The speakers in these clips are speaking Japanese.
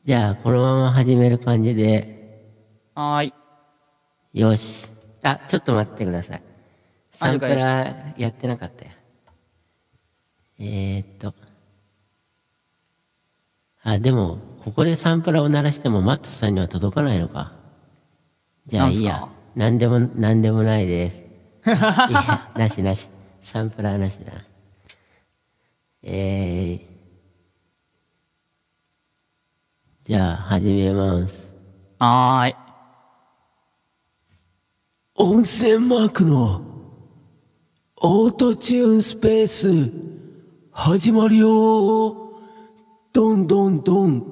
じゃあ、このまま始める感じで、 はーい。 よし。あ、ちょっと待ってください。サンプ了解です。 ラーやってなかったよ。でも、ここでサンプラーを鳴らしてもマットさんには届かないのか。じゃあいいや。 なんすか？ なんでもないです。いや、なしなし。サンプラーなしだな。じゃあ、始めます。 はーい。 温泉マークのオートチューンスペース始まるよ。どんどんどん。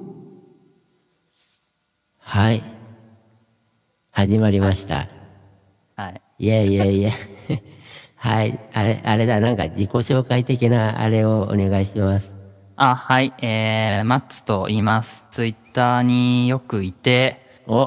はい。始まりました。 はい。 いやいやいや。はい。あれだ。なんか自己紹介的なあれをお願いします。 はい。マッツと言います。ツイッターによくいて、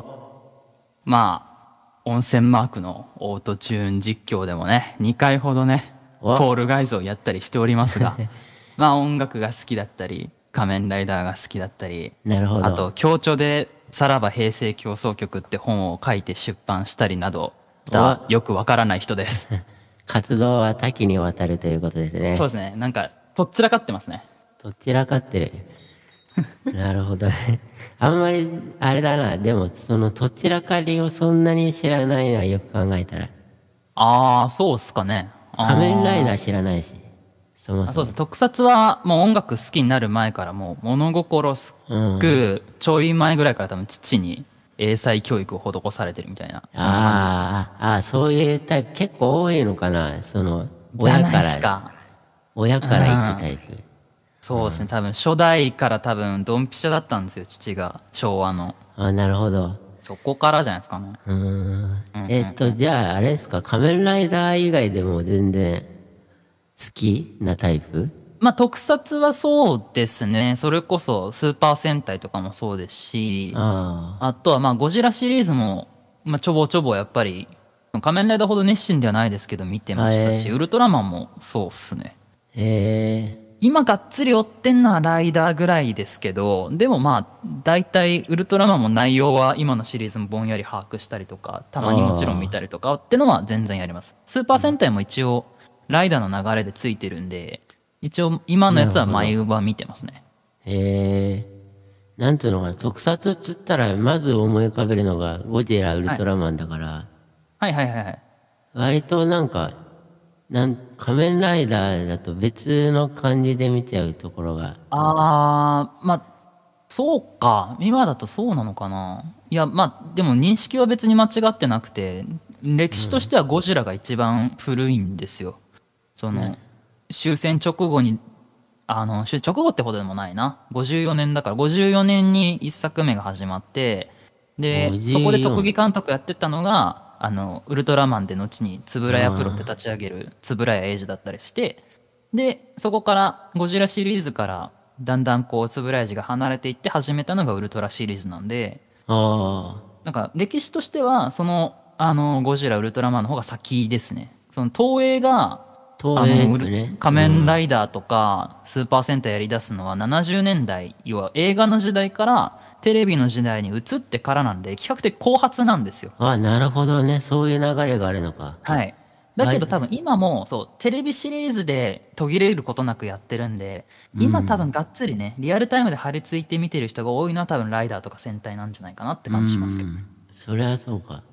温泉マークのオートチューン実況でもね、2回ほどね、 おポールガイズをやったりしておりますが、音楽が好きだったり、仮面ライダーが好きだったり、 なるほど。 あと、共著でさらば平成競争曲って本を書いて出版したりなどしたよくわからない人です。 活動は多岐にわたるということですね。 そうですね。なんか、とっちらかってますね。 どちらかってる。なるほどね。あんまり、あれだな。でも、その、どちらかりをそんなに知らないのはよく考えたら。 そうっすかね。 仮面ライダー知らないし。そもそも。 そうです。特撮はもう音楽好きになる前からもう物心すくちょい前ぐらいから多分父に英才教育を施されてるみたいな。そんな感じです。 そういうタイプ結構多いのかな。その、 じゃないっすか。 親から行くタイプ。 そうですね。多分初代から多分ドンピシャだったんですよ、父が。昭和の。 なるほど。 そこからじゃないですかね。 じゃあ、あれですか、仮面ライダー以外でも全然好きなタイプ？ 特撮はそうですね。それこそスーパー戦隊とかもそうですし、あとはゴジラシリーズも、ちょぼちょぼやっぱり、仮面ライダーほど熱心ではないですけど見てましたし、ウルトラマンもそうっすね。今がっつり追ってんのはライダーぐらいですけど、でも大体ウルトラマンも内容は今のシリーズもぼんやり把握したりとか、たまにもちろん見たりとかってのは全然やります。スーパー戦隊も一応ライダーの流れでついてるんで、一応今のやつは毎話見てますね。 なんていうのかな、特撮っつったらまず思い浮かべるのがゴジラウルトラマンだから、 はいはいはいはい。 割となんか、仮面ライダーだと別の感じで見ちゃうところが。 そうか。今だとそうなのかな。いや、でも認識は別に間違ってなくて、歴史としてはゴジラが一番古いんですよ。その、終戦直後に、終戦直後ってほどでもないな。54年だから、54年に一作目が始まって、で、そこで特技監督やってたのが、ウルトラマンで後に円谷プロって立ち上げる円谷英二だったりして、で、そこからゴジラシリーズからだんだんこう円谷英二が離れていって始めたのがウルトラシリーズなんで、なんか歴史としてはそのゴジラウルトラマンの方が先ですね。その東映が仮面ライダーとかスーパー戦隊やり出すのは70年代、要は映画の時代からテレビの時代に移ってからなんで、比較的後発なんですよ。 なるほどね。そういう流れがあるのか。 はい。だけど多分今もそうテレビシリーズで途切れることなくやってるんで、今多分がっつりねリアルタイムで張り付いて見てる人が多いのは多分ライダーとか戦隊なんじゃないかなって感じしますけどね。 そりゃそうか。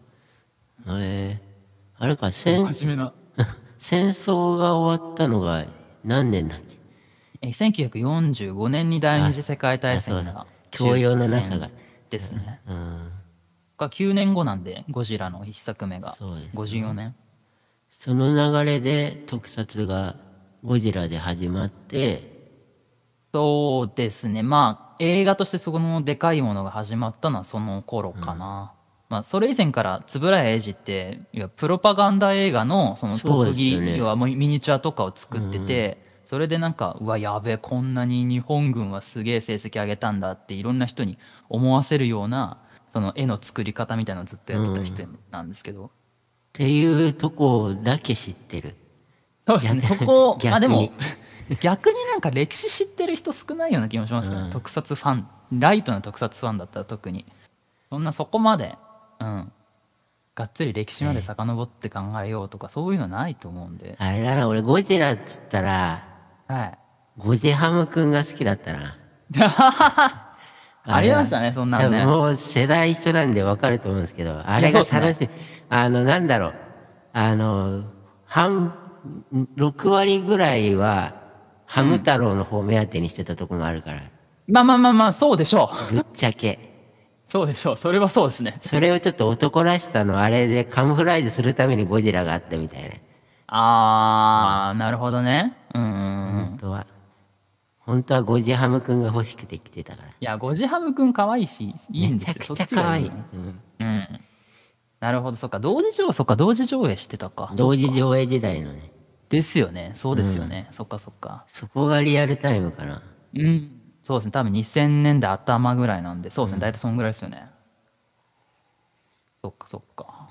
あれか、 真面目な。 戦争が終わったのが何年だっけ ？1945年に第二次世界大戦が教養のなさがですね。が9年後なんでゴジラの一作目が54年。 その流れで特撮がゴジラで始まって、 そうですね。映画としてそこのでかいものが始まったのはその頃かな。それ以前から円谷英二っていやプロパガンダ映画のその特技、要はミニチュアとかを作ってて、それでなんかうわやべえこんなに日本軍はすげえ成績上げたんだっていろんな人に思わせるようなその絵の作り方みたいなのをずっとやってた人なんですけど、 っていうとこだけ知ってる。 そうですね。そこでも逆になんか歴史知ってる人少ないような気もしますけどね、特撮ファンライトな特撮ファンだったら特にそこまでがっつり歴史まで遡って考えようとかそういうのないと思うんで、 あれだな、俺ゴジラっつったら、 はい。 ゴジハムくんが好きだったな。 ありましたね、そんなのね。 もう世代一緒なんでわかると思うんですけど、あれが楽しい。なんだろう。6割ぐらいは、ハム太郎の方目当てにしてたとこもあるから。 まあまあまあまあ、そうでしょう。 ぶっちゃけ。 そうでしょう。それはそうですね。 それをちょっと男らしさのあれでカムフライズするためにゴジラがあったみたいな。 あー、なるほどね。 本当はゴジハムくんが欲しくて来てたから。 いや、ゴジハムくん可愛いし、いいんですよ。 めちゃくちゃ可愛い。 なるほど、そっか、同時上映してたか。 同時上映時代のね。 ですよね。そうですよね。そっかそっか。 そこがリアルタイムかな。 そうですね。多分2000年代頭ぐらいなんで、そうですね。大体そんぐらいですよね。そっかそっか。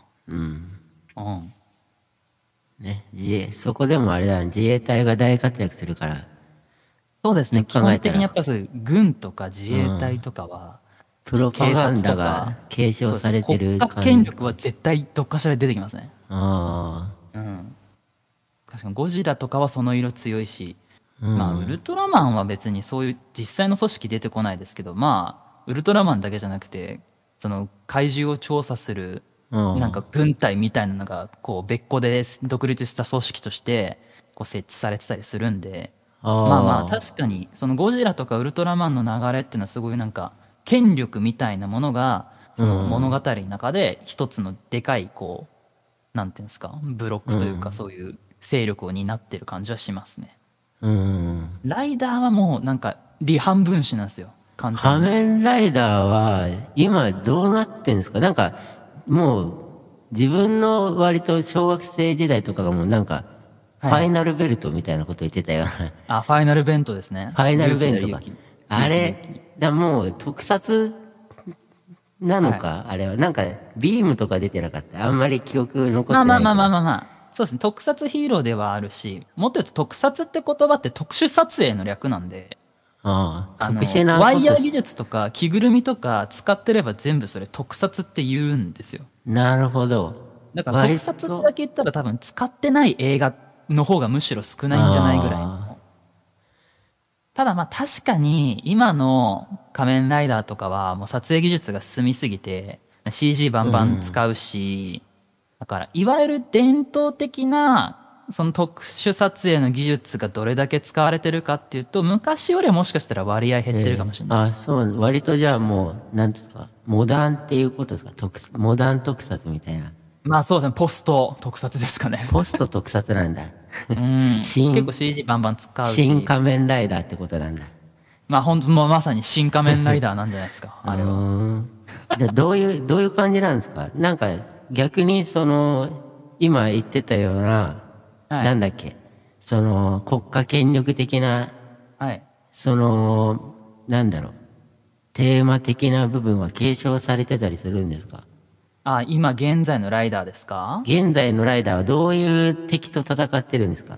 ね、そこでもあれだ、自衛隊が大活躍するから。 そうですね。基本的にやっぱそういう軍とか自衛隊とかは、 プロパガンダが継承されてる国家権力は絶対どっかしらで出てきますね。 ああ。確かにゴジラとかはその色強いし、まあウルトラマンは別にそういう実際の組織出てこないですけど、まあウルトラマンだけじゃなくて、その怪獣を調査するなんか軍隊みたいなのがこう別個で独立した組織としてこう設置されてたりするんで、まあまあ確かにそのゴジラとかウルトラマンの流れっていうのはすごいなんか権力みたいなものがその物語の中で一つのでかいこうなんていうんですかブロックというかそういう勢力を担ってる感じはしますね。ライダーはもうなんか離反分子なんですよ。 仮面ライダーは今どうなってんですか？なんかもう自分の割と小学生時代とかがもうなんかファイナルベルトみたいなこと言ってたよ。 あ、ファイナルベントですね。 ファイナルベントか。あれもう特撮なのか、あれはなんかビームとか出てなかった。あんまり記憶残ってない。 まあそうですね。特撮ヒーローではあるし、もっと言うと特撮って言葉って特殊撮影の略なんで、 特殊なワイヤー技術とか着ぐるみとか使ってれば全部それ特撮って言うんですよ。 なるほど。 だから特撮だけ言ったら多分使ってない映画の方がむしろ少ないんじゃないぐらいの。ただまあ確かに今の仮面ライダーとかはもう撮影技術が進みすぎて CG バンバン使うし、だからいわゆる伝統的なその特殊撮影の技術がどれだけ使われてるかっていうと昔よりはもしかしたら割合減ってるかもしれないです。 そう、割とじゃあもうなんですかモダンっていうことですか？モダン特撮みたいな。 まあそうですね、ポスト特撮ですかね。 ポスト特撮なんだ。 結構 CG バンバン使うし。 新仮面ライダーってことなんだ。 まあ本当もうまさに新仮面ライダーなんじゃないですか、あれは。 じゃあどういう感じなんですか？なんか逆にその、今言ってたような、なんだっけ、その国家権力的な、その、なんだろう、テーマ的な部分は継承されてたりするんですか？ 今現在のライダーですか？ 現在のライダーはどういう敵と戦ってるんですか？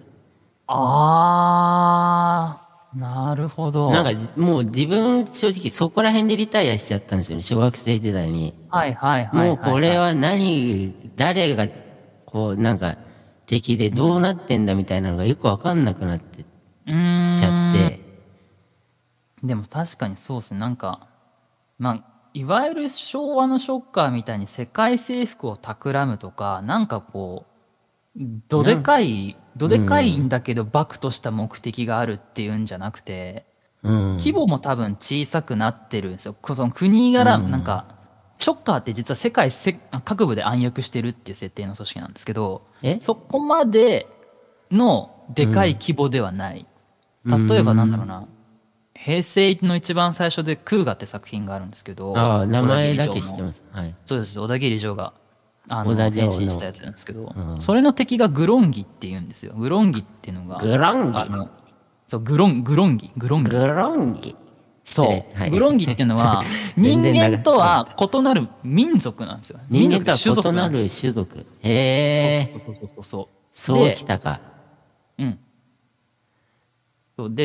なるほど。 なんかもう自分正直そこら辺でリタイアしちゃったんですよね、小学生時代に。もうこれは誰がこうなんか敵でどうなってんだみたいなのがよくわかんなくなってちゃって。 でも確かにそうですね。なんかまあいわゆる昭和のショッカーみたいに世界征服を企むとか、なんかこうどでかいんだけどバクとした目的があるっていうんじゃなくて、規模も多分小さくなってるんですよ。その国柄、なんかショッカーって実は世界各部で暗躍してるっていう設定の組織なんですけど、そこまでのでかい規模ではない。例えばなんだろうな、平成の一番最初でクーガって作品があるんですけど、 名前だけ知ってます。はい。 そうです。小田切城が変身したやつなんですけど、それの敵がグロンギって言うんですよ。グロンギっていうのが、 グロンギそう、グロンギ。そう、グロンギっていうのは人間とは異なる民族なんですよ。 人間とは異なる種族。へえ。 そうきたか。 で、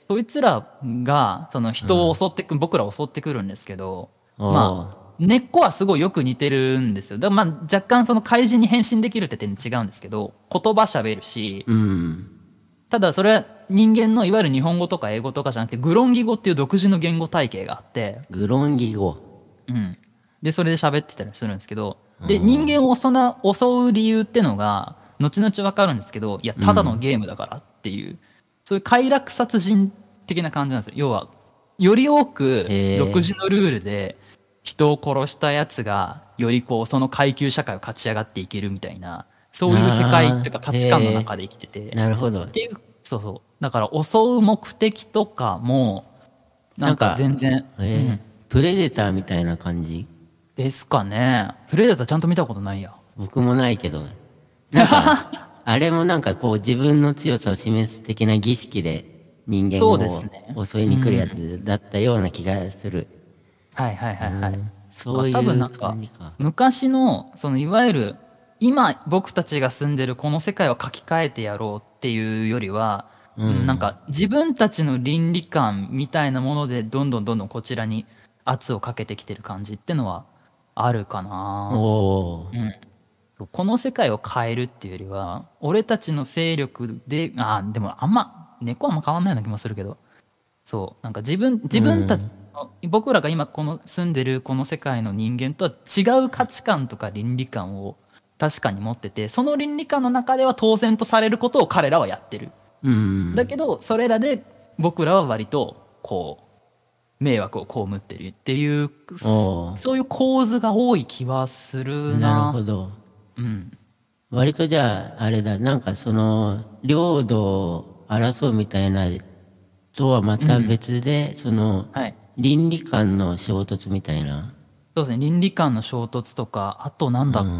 そいつらがその人を襲ってく、僕らを襲ってくるんですけど、まあ根っこはすごいよく似てるんですよ。だからまあ若干その怪人に変身できるって点違うんですけど、言葉喋るし、ただそれは人間のいわゆる日本語とか英語とかじゃなくてグロンギ語っていう独自の言語体系があって、 グロンギ語、 でそれで喋ってたりするんですけど、で人間を襲う理由ってのが後々分かるんですけど、いやただのゲームだからっていう、そういう快楽殺人的な感じなんですよ。要はより多く独自のルールで人を殺したやつがよりこうその階級社会を勝ち上がっていけるみたいな、そういう世界っていうか価値観の中で生きてて、 なるほど。 っていう、そうそう、だから襲う目的とかもなんか全然、 プレデターみたいな感じですかね。プレデターちゃんと見たことないや。 僕もないけど、なんかあれもなんかこう自分の強さを示す的な儀式で人間を襲いに来るやつだったような気がする。 はいはいはいはい。 そういう多分なんか昔のそのいわゆる今僕たちが住んでるこの世界を書き換えてやろうっていうよりは、なんか自分たちの倫理観みたいなものでどんどんこちらに圧をかけてきてる感じってのはあるかな。この世界を変えるっていうよりは俺たちの勢力で、でも猫はあんま変わんないような気もするけど、そうなんか自分たち、僕らが今この住んでるこの世界の人間とは違う価値観とか倫理観を確かに持ってて、その倫理観の中では当然とされることを彼らはやってる、だけどそれらで僕らは割とこう迷惑を被ってるっていう、そういう構図が多い気はするな。 なるほど。割とじゃああれだ、なんかその領土を争うみたいなとはまた別で、その倫理観の衝突みたいな。 そうですね、倫理観の衝突とか、あとなんだ、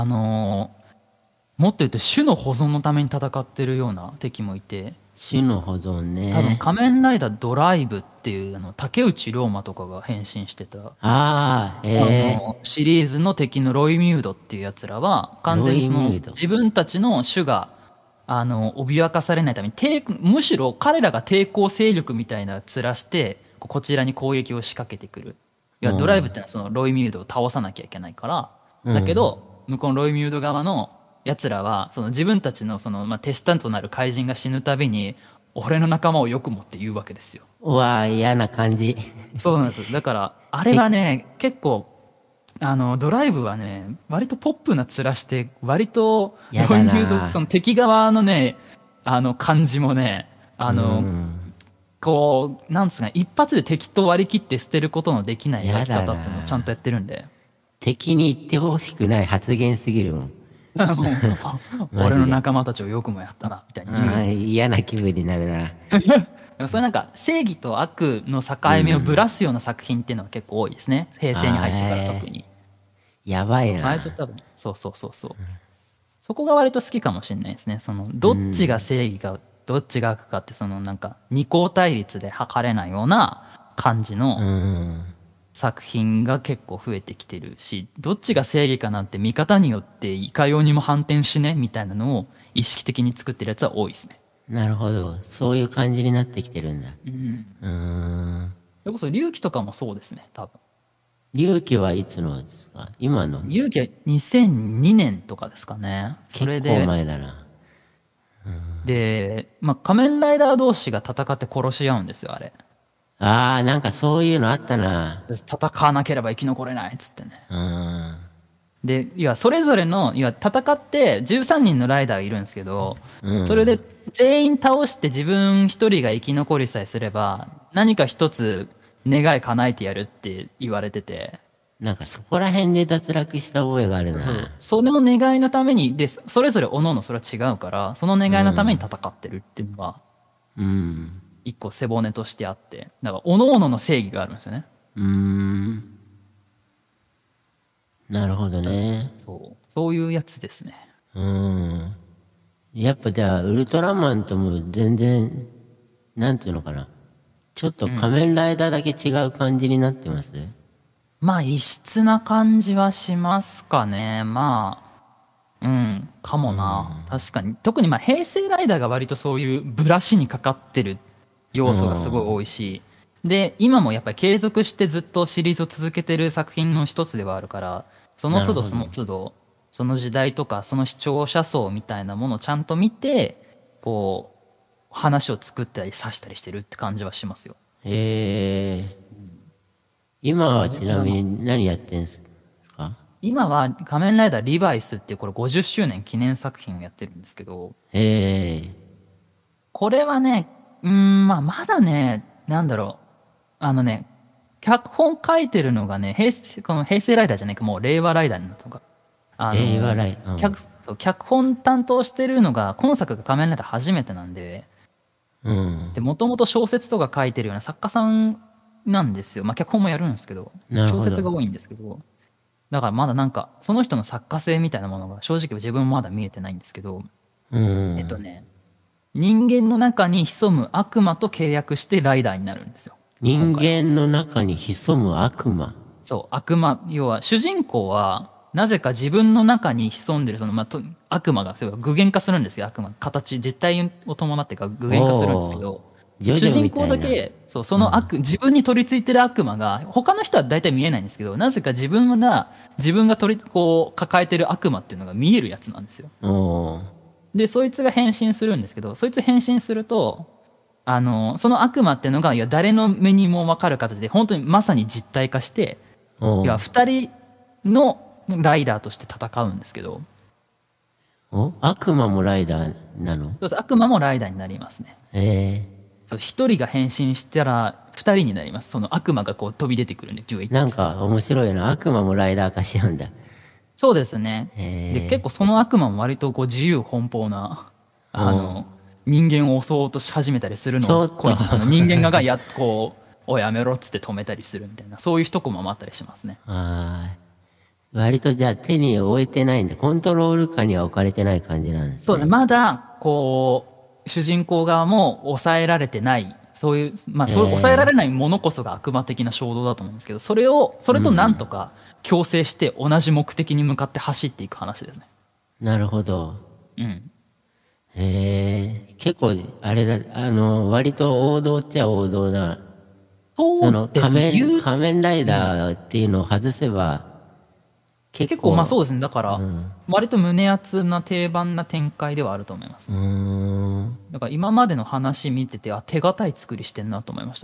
もっと言うと種の保存のために戦ってるような敵もいて、 種の保存ね。 多分仮面ライダードライブっていう竹内涼真とかが変身してたシリーズの敵のロイミュードっていうやつらは完全にその自分たちの種が脅かされないためにむしろ彼らが抵抗勢力みたいな面してこちらに攻撃を仕掛けてくる。いやドライブってのはそのロイミュードを倒さなきゃいけないから、だけど向こうのロイミュード側のやつらはその自分たちのその、手下となる怪人が死ぬたびに俺の仲間をよくもって言うわけですよ。 うわー嫌な感じ。 そうなんです。だからあれはね結構ドライブはね割とポップな面して割とロイミュードその敵側のね感じもねこうなんつうか一発で敵と割り切って捨てることのできないやり方っていうのをちゃんとやってるんで、 敵に言ってほしくない発言すぎるもん。 俺の仲間たちをよくもやったなみたいな嫌な気分になるな。 それなんか正義と悪の境目をぶらすような作品っていうのは結構多いですね、平成に入ってから特に。 やばいな。 割と多分そう、そこが割と好きかもしれないですね。そのどっちが正義かどっちが悪かってそのなんか二項対立で測れないような感じの作品が結構増えてきてるし、どっちが正義かなんて見方によっていかようにも反転しねみたいなのを意識的に作ってるやつは多いですね。 なるほど、そういう感じになってきてるんだ。 それこそ龍騎とかもそうですね。多分龍騎はいつのですか？今の龍騎は2002年とかですかね。 それで結構前だな。 で、仮面ライダー同士が戦って殺し合うんですよあれ。 なんかそういうのあったな。 戦わなければ生き残れないっつってね。でいやそれぞれの戦って13人のライダーがいるんですけど、それで全員倒して自分一人が生き残りさえすれば何か一つ願い叶えてやるって言われてて、 なんかそこら辺で脱落した覚えがあるな。 それの願いのためにでそれぞれ各々それは違うからその願いのために戦ってるっていうのは一個背骨としてあって、だから各々の正義があるんですよね。 なるほどね。 そういうやつですね。 やっぱじゃあウルトラマンとも全然なんていうのかな、ちょっと仮面ライダーだけ違う感じになってます？ 異質な感じはしますかね。かもな。確かに特に平成ライダーが割とそういうブラシにかかってる要素がすごい多いし、で今もやっぱり継続してずっとシリーズを続けてる作品の一つではあるから、その都度その都度その時代とかその視聴者層みたいなものをちゃんと見てこう話を作ったり指したりしてるって感じはしますよ。 へえ。今はちなみに何やってんすか？ 今は仮面ライダーリバイスっていうこれ50周年記念作品をやってるんですけど、 へえ。 これはね、まあまだね、なんだろう、脚本書いてるのがね、この平成ライダーじゃないか、もう令和ライダーになったのか。 令和ライダー。 そう脚本担当してるのが、今作が仮面ライダー初めてなんで、で、もともと小説とか書いてるような作家さんなんですよ。まあ脚本もやるんですけど、小説が多いんですけど、だからまだなんか、その人の作家性みたいなものが正直自分もまだ見えてないんですけど、人間の中に潜む悪魔と契約してライダーになるんですよ。 人間の中に潜む悪魔。 そう、悪魔、要は主人公は、なぜか自分の中に潜んでる悪魔が具現化するんですよ。悪魔形実体を伴って具現化するんですけど、主人公だけその自分に取り付いてる悪魔が他の人は大体見えないんですけど、なぜか自分がこう抱えてる悪魔っていうのが見えるやつなんですよ。でそいつが変身するんですけど、そいつ変身するとその悪魔っていうのが誰の目にも分かる形で本当にまさに実体化して、2人のライダーとして戦うんですけど。 悪魔もライダーなの？ そうです、悪魔もライダーになりますね。1人が変身したら2人になります。その悪魔がこう飛び出てくるんで、 なんか面白いな。悪魔もライダー化しちゃうんだ。 そうですね。で結構その悪魔も割とこう自由奔放な人間を襲おうとし始めたりするのを人間がこう「おやめろ」っつって止めたりするみたいな、そういう一コマもあったりしますね。 割とじゃあ手に負えてないんだ。コントロール下には置かれてない感じなんですね。 そうですね。まだこう主人公側も抑えられてない、そういう抑えられないものこそが悪魔的な衝動だと思うんですけど、それとなんとか共生して同じ目的に向かって走っていく話ですね。 なるほど。結構あれだ、割と王道っちゃ王道な。その仮面ライダーっていうのを外せば結構そうですね。だから割と胸熱な定番な展開ではあると思います。だから今までの話見てて手堅い作りしてんなと思いました。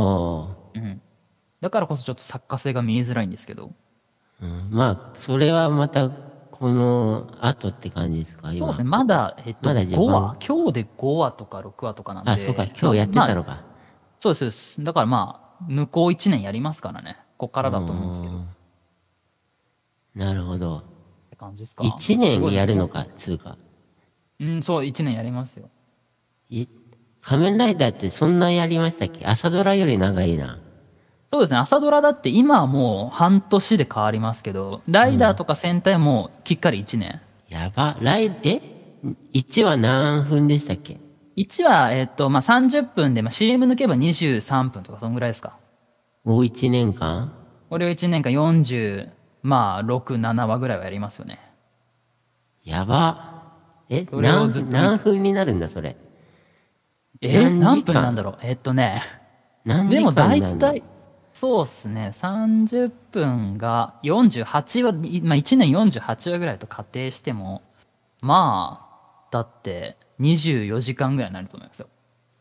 だからこそちょっと作家性が見えづらいんですけど、 まあそれはまたこの後って感じですか？ そうですね。まだ5話、今日で5話とか6話とかなんで。 そうか、今日やってたのか。 そうです。だから向こう1年やりますからね。こっからだと思うんですけど。 なるほど。 って感じですか。 1年やるのか、つうか。 そう、1年やりますよ。 仮面ライダーってそんなやりましたっけ？朝ドラより長いな。 そうですね。朝ドラだって今はもう半年で変わりますけど、ライダーとか戦隊はもうきっかり1年。 やば。1話何分でしたっけ ？1話、30分で、CM 抜けば23分とか、そんぐらいですか。 もう1年間？ これを1年間40、6、7話ぐらいはやりますよね。 やば。何分になるんだ、それ。 何分なんだろう。でも大体、そうっすね、30分が48話、1年48話ぐらいと仮定しても、だって24時間ぐらいになると思いますよ。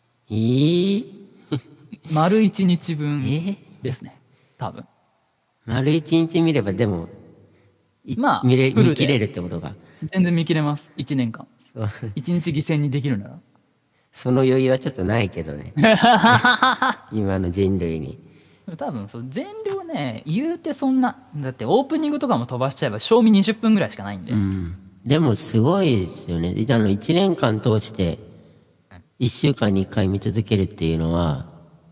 丸1日分ですね、多分。 丸1日見ればでも、見切れるってことか。 全然見切れます、1年間。1日犠牲にできるなら。 その余裕はちょっとないけどね。今の人類に。 多分全量ね、言うてそんな、だってオープニングとかも飛ばしちゃえば賞味20分ぐらいしかないんで。 でもすごいですよね。1年間通して1週間に1回見続けるっていうのは、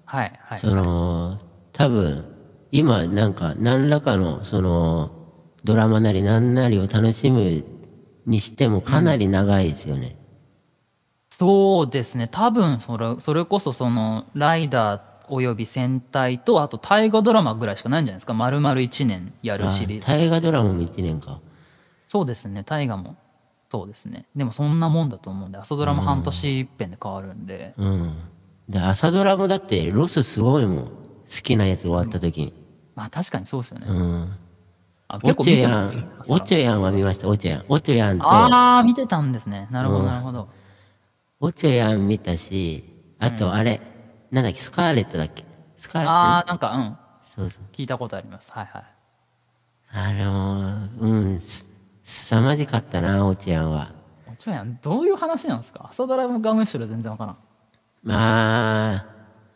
多分今なんか何らかのドラマなり何なりを楽しむにしてもかなり長いですよね。 そうですね。多分それこそライダーおよび戦隊とあと大河ドラマぐらいしかないんじゃないですか。丸々1年やるシリーズ。 大河ドラマも1年か。 そうですね。大河もそうですね。でもそんなもんだと思うんで、朝ドラも半年一遍で変わるんで。 で、朝ドラもだってロスすごいもん。好きなやつ終わった時に。 まあ確かにそうですよね。 うん。 結構見てますおちょやんは見ました、おちょやん。おちょやんと、 ああ、見てたんですね。なるほど、なるほど。 おちょやん見たし、あとあれ、なんだっけ、スカーレットだっけ。スカーレット、 ああ、なんか、 そうそう。 聞いたことあります。はいはい。 凄まじかったな、おちょやんは。 おちょやん、どういう話なんですか？朝ドラがむしろ全然わからん。 まあ、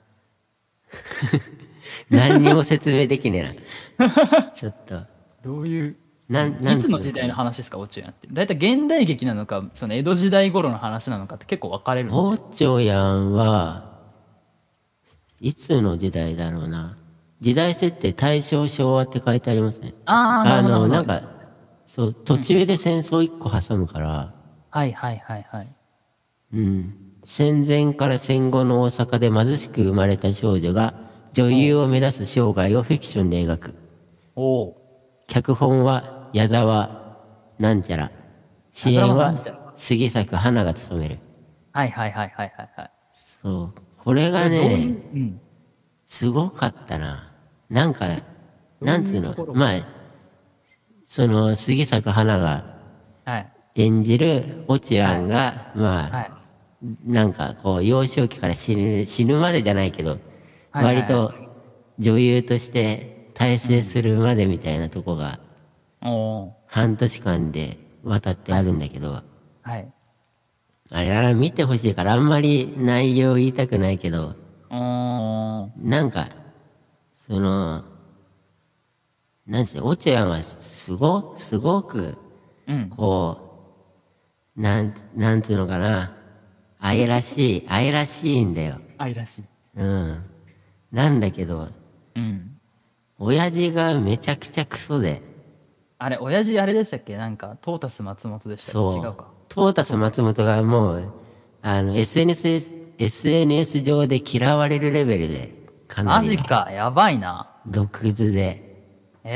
何にも説明できねえな。ちょっと。 どういう、 なんいつの時代の話ですか、おちょやんって。だいたい現代劇なのか、その江戸時代頃の話なのかって結構分かれるんで。 おちょやんは、いつの時代だろうな。時代設定大正昭和って書いてありますね。 ああ、なるほど。 なんか、そう、途中で戦争一個挟むから、 はいはいはいはい。 うん。戦前から戦後の大阪で貧しく生まれた少女が女優を目指す生涯をフィクションで描く。 おお。 脚本は矢沢なんちゃら。主演は杉作花が務める。 はいはいはいはいはいはい。 そう。これがね、すごかったな。なんか、なんつうの。まあ、その杉作花が演じるおちやんが、まあ、なんかこう幼少期から死ぬまでじゃないけど、割と女優として大成するまでみたいなとこが半年間で渡ってあるんだけど、あれ見てほしいからあんまり内容言いたくないけど、なんかそのなんていうの、おちょやんはすごくこうなんつうのかな、愛らしいんだよ。 愛らしい。 なんだけど、親父がめちゃくちゃクソで。 あれ、親父あれでしたっけ？なんか、トータス松本でしたっけ？違うか。 トータス松本がもう、SNS 上で嫌われるレベルで、かなり。 マジか、やばいな。 毒図で。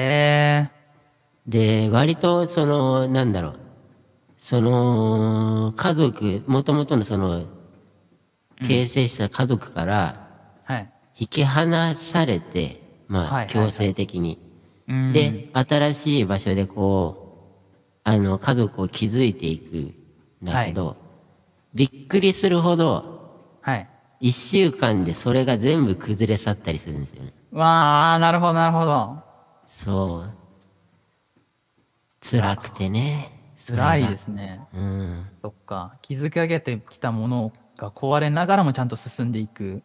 で、 割と、なんだろう。家族、もともとの形成した家族から、引き離されて、まあ、強制的に。で、新しい場所で家族を築いていくんだけど、びっくりするほど、一週間でそれが全部崩れ去ったりするんですよね。 わあ、なるほど、なるほど。 そう。辛くてね。 辛いですね。そっか。築き上げてきたものが壊れながらもちゃんと進んでいく。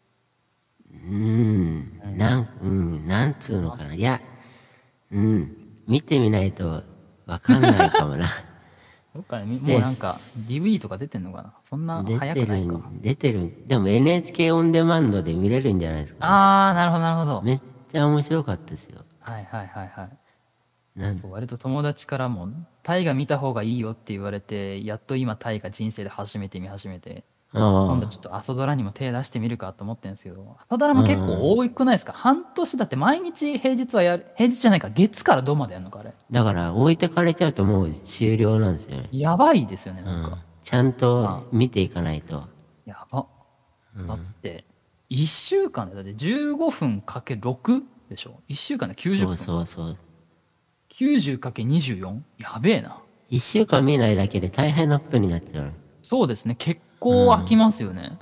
なんつうのかな。いや、見てみないとわかんないかもな。 どっかね、もうなんか DVD とか出てんのかな。そんな早くないか。 出てる。でも NHK オンデマンドで見れるんじゃないですか、ね。 あー、なるほどなるほど。 めっちゃ面白かったですよ。 はいはいはいはい。そう割と友達からも大河見た方がいいよって言われて、やっと今大河人生で初めて見始めて、今度ちょっと朝ドラにも手出してみるかと思ってるんですけど、朝ドラも結構多くないですか？半年だって毎日平日は平日じゃないか、月から土までやるのかあれ。だから置いてかれちゃうともう終了なんですよね。 やばいですよね、なんか。 ちゃんと見ていかないと。 やば。だって、1週間でだって15分かけ6でしょ？ 1 週間で90分。 そう。 90×24？ やべえな。 1週間見ないだけで大変なことになっちゃう。 そうですね。結構飽きますよね。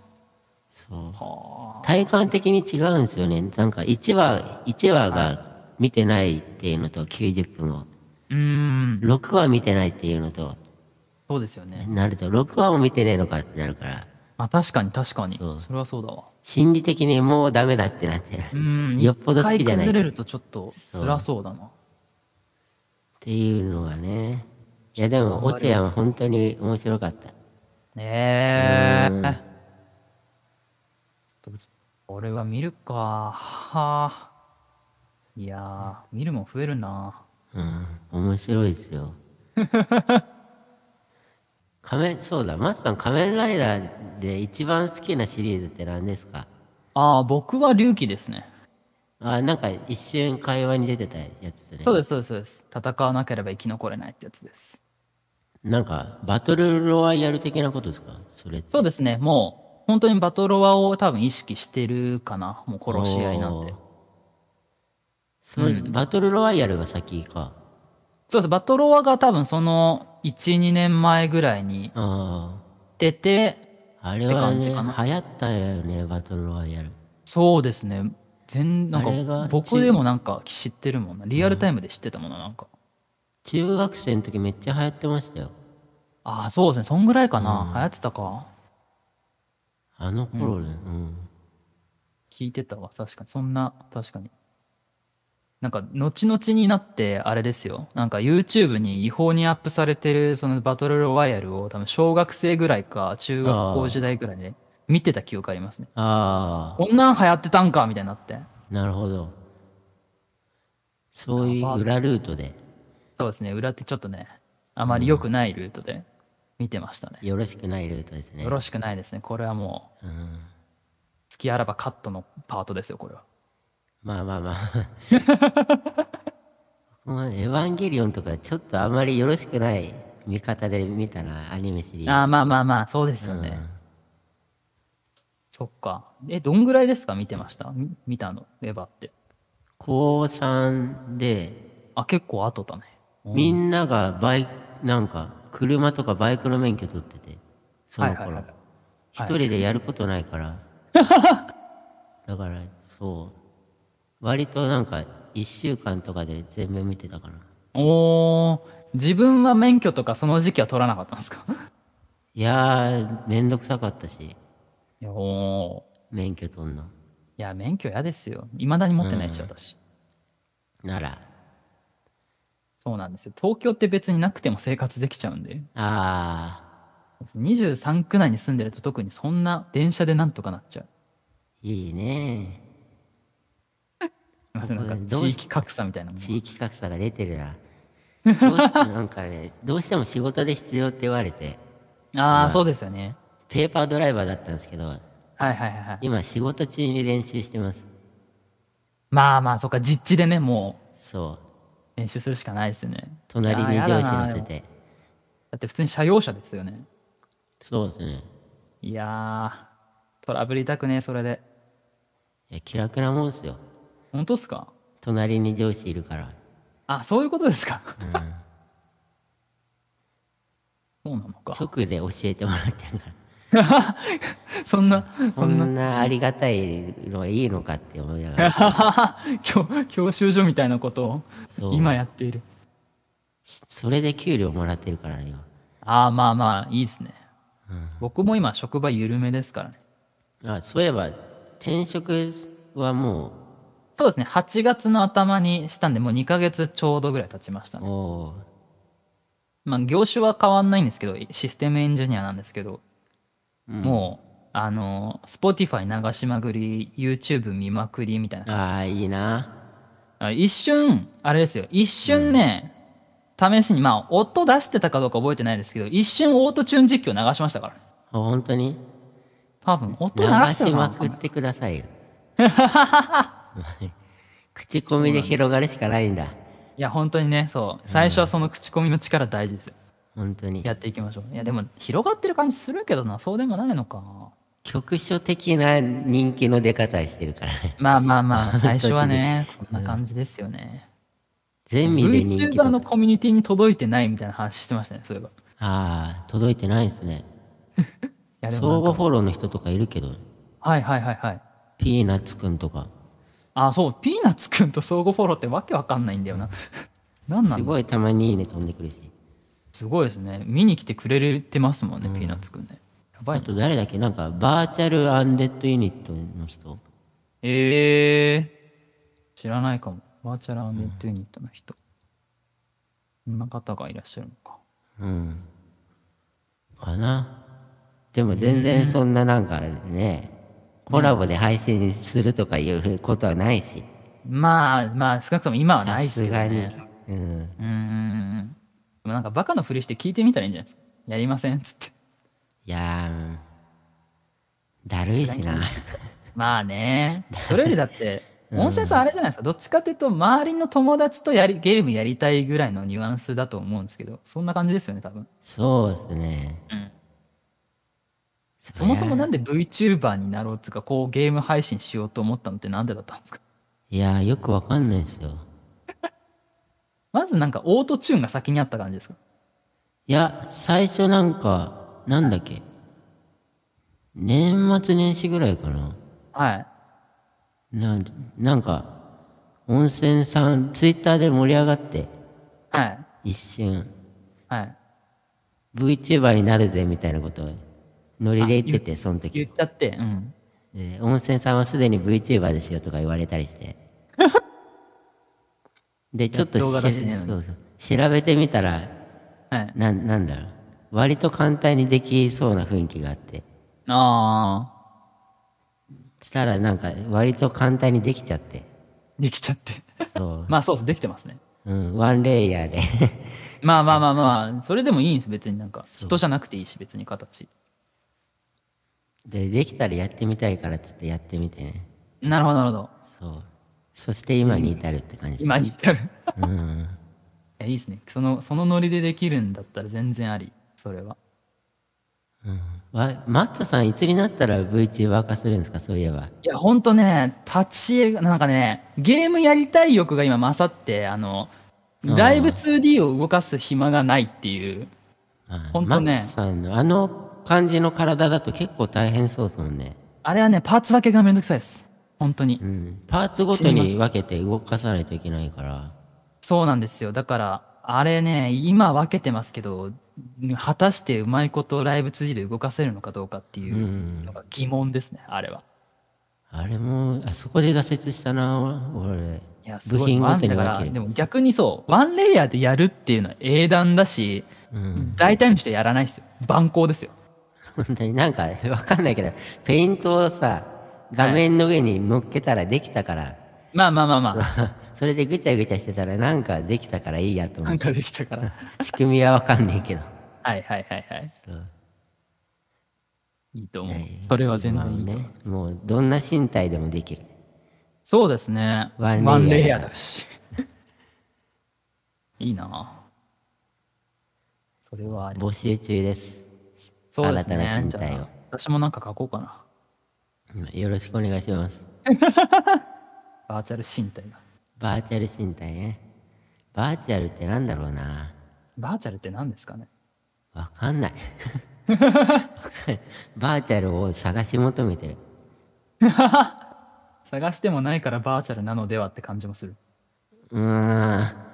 体感的に違うんですよね。なんか1話が見てないっていうのと90分を。6話見てないっていうのと。 そうですよね。 なると、6話も見てねえのかってなるから。 確かに確かに。それはそうだわ。 心理的にもうダメだってなって。よっぽど好きじゃない。 崩れるとちょっと辛そうだな。 っていうのがね。いやでも、落合は本当に面白かった。 俺は見るか。いやー、見るもん増えるな。 面白いですよ。そうだ、マスさん仮面ライダーで一番好きなシリーズって何ですか？ 僕は龍騎ですね。 なんか一瞬会話に出てたやつね。 そうです。戦わなければ生き残れないってやつです。 なんか、バトルロワイヤル的なことですか？それって。 そうですね。も本当にバトロワを多分意識してるかな。もう殺し合いなんて。 バトルロワイヤルが先か。 そうです。バトロワが多分その1、2年前ぐらいに出て、 あれはね、流行ったよね、バトルロワイヤル。 そうですね。なんか僕でもなんか知ってるもんな。リアルタイムで知ってたもんな、なんか。 中学生の時めっちゃ流行ってましたよ。 ああ、そうですね。そんぐらいかな。流行ってたか。 あの頃ね。 聞いてたわ。確かに。そんな、確かに。なんか、後々になって、あれですよ。なんか YouTube に違法にアップされてる、そのバトルロワイヤルを多分小学生ぐらいか、中学校時代ぐらいで見てた記憶ありますね。こんなん流行ってたんかみたいになって。 なるほど。そういう裏ルートで。 そうですね。裏ってちょっとね、あまり良くないルートで見てましたね。 よろしくないルートですね。 よろしくないですね。これはもう、隙あらばカットのパートですよ、これは。 まあまあまあ。エヴァンゲリオンとかちょっとあまりよろしくない見方で見たな、アニメシリーズ。 ああ、まあまあまあ、そうですよね。そっか。どんぐらいですか見てました見たの、エヴァって。 高3で、 あ、結構後だね。 みんながなんか、車とかバイクの免許取ってて、その頃。一人でやることないから。だから、そう。割となんか、1週間とかで全部見てたかな。 自分は免許とかその時期は取らなかったんですか？ いやー、めんどくさかったし。免許取んの。 いや、免許嫌ですよ。未だに持ってないし、私。 なら。 そうなんですよ。東京って別になくても生活できちゃうんで。23区内に住んでると特にそんな電車でなんとかなっちゃう。 いいね。 なんか地域格差みたいなもん。 地域格差が出てるな。なんかね、どうしても仕事で必要って言われて。 ああ、そうですよね。 ペーパードライバーだったんですけど、 はいはいはい。 今仕事中に練習してます。 まあまあ、そっか、実地でね、もう。 そう。 練習するしかないですよね。 隣に上司乗せて。 だって普通に車用車ですよね。 そうですね。 いやー、トラブりたくねえ、それで。 いや、気楽なもんすよ。 本当っすか？ 隣に上司いるから。 あ、そういうことですか。そうなのか。 直で教えてもらってるから。 そんなありがたいのはいいのかって思いながら。 教習所みたいなことを今やっている。 それで給料もらってるからね。 ああ、まあまあ、いいですね。僕も今、職場緩めですからね。 そういえば、転職はもう。 そうですね。8月の頭にしたんで、もう2ヶ月ちょうどぐらい経ちましたね。まあ、業種は変わんないんですけど、システムエンジニアなんですけど、もう、Spotify 流しまくり、YouTube 見まくりみたいな感じです。 いいな。 一瞬、あれですよ。一瞬ね、試しに、まあ、音出してたかどうか覚えてないですけど、一瞬オートチューン実況流しましたからね。 本当に？ 多分、音流流してしまくってくださいよ。口コミで広がるしかないんだ。 いや、本当にね、そう。最初はその口コミの力大事ですよ。 本当に。 やっていきましょう。いや、でも、広がってる感じするけどな、そうでもないのか。 局所的な人気の出方してるからね。 まあまあまあ、最初はね、そんな感じですよね。 全味で人気とか。 VTuber のコミュニティに届いてないみたいな話してましたね、そういえば。届いてないですね。 相互フォローの人とかいるけど。 はいはいはいはい。 ピーナッツくんとか。 そう、ピーナッツくんと相互フォローってわけわかんないんだよな。なんなんだ。 すごいたまにいいね飛んでくるし。 すごいですね。見に来てくれてますもんね、ピーナッツくんね。やばい。 あと誰だっけ、なんかバーチャルアンデッドユニットの人。 知らないかも。バーチャルアンデッドユニットの人。そんな方がいらっしゃるのか。 かな。でも全然そんななんかね、コラボで配信するとかいうことはないし。 まあまあ、少なくとも今はないですけどね。 さすがに。 でもなんかバカのふりして聞いてみたらいいんじゃないですか。やりませんっつって。 いやだるいしな。 まあね。それよりだって、音声さんあれじゃないですか。どっちかっていうと、周りの友達とゲームやりたいぐらいのニュアンスだと思うんですけど、そんな感じですよね、多分。 そうですね。 そもそもなんで VTuber になろうっていうか、こうゲーム配信しようと思ったのってなんでだったんですか？ いやー、よくわかんないですよ。 まずなんかオートチューンが先にあった感じですか？ いや、最初なんか、なんだっけ。年末年始ぐらいかな。 はい。 な、なんか、温泉さん、ツイッターで盛り上がって、 はい。 一瞬、 はい。 VTuber になるぜみたいなことをノリあ、 で言ってて、その時。 言っちゃって、うん。 で、温泉さんはすでに VTuber ですよとか言われたりして。で、ちょっと動画出してねえのに。 そうそう。調べてみたら、 はい。 なんだろう。割と簡単にできそうな雰囲気があって。 ああ、 したらなんか割と簡単にできちゃって。 できちゃって。 そまあそうです、できてますね。 う。ワンレイヤーでまあまあまあまあ、それでもいいんです、別になんか。 そう。 人じゃなくていいし、別に形。 で、できたらやってみたいからっつってやってみてね。 なるほど、なるほど。 そう。そして今に至るって感じです。 今に至る。いや、いいですね。そのノリでできるんだったら全然あり。それは。 マッチョさんいつになったら VTuber 化するんですか、そういえば。 いや、ほんとね、なんかね、ゲームやりたい欲が今勝って、ライブあ 2D を動かす暇がないっていう。ほんマッチョとね、 さんのあの感じの体だと結構大変そうですもんね。 あれはね、パーツ分けがめんどくさいです。本当に。 パーツごと死にます。 に分けて動かさないといけないから。 そうなんですよ。だから、あれね、今分けてますけど、果たしてうまいことライブ 2D で動かせるのかどうかっていうのが疑問ですね、あれは。 あれも、あそこで挫折したな、俺。 いや、す部ごい。 品ごとだから、 に分ける。 でも逆にそう、ワンレイヤーでやるっていうのは英断だし、大体の人やらないですよ。蛮行ですよ。 本当になんかわかんないけど、ペイントをさ、画はい。 面の上に乗っけたらできたから、 まあまあまあまそれでぐちゃぐちゃしてたらなんかできたからいいやとあ。 思って。 なんかできたから。 仕組みはわかんないけど。 はいはいはいはい。 そういいと思う。 いやいやそれは全まあ然いいと思う。 ね、もうどんな身体でもできる。 そうですね。 ワンレワンレイヤイヤーだから。 ーだし。いいな。それはあり。 募集中です。 そうです新たなね。じゃあ、 身体を。 私もなんか書こうかな。 よろしくお願いします。 バーチャル身体が。 バーチャル身体ね。バーチャルってなんだろうな。 バーチャルって何ですかね？ わかんない。バーチャルを探し求めてる。 探してもないからバーチャルなのではって感じもする。 うーん。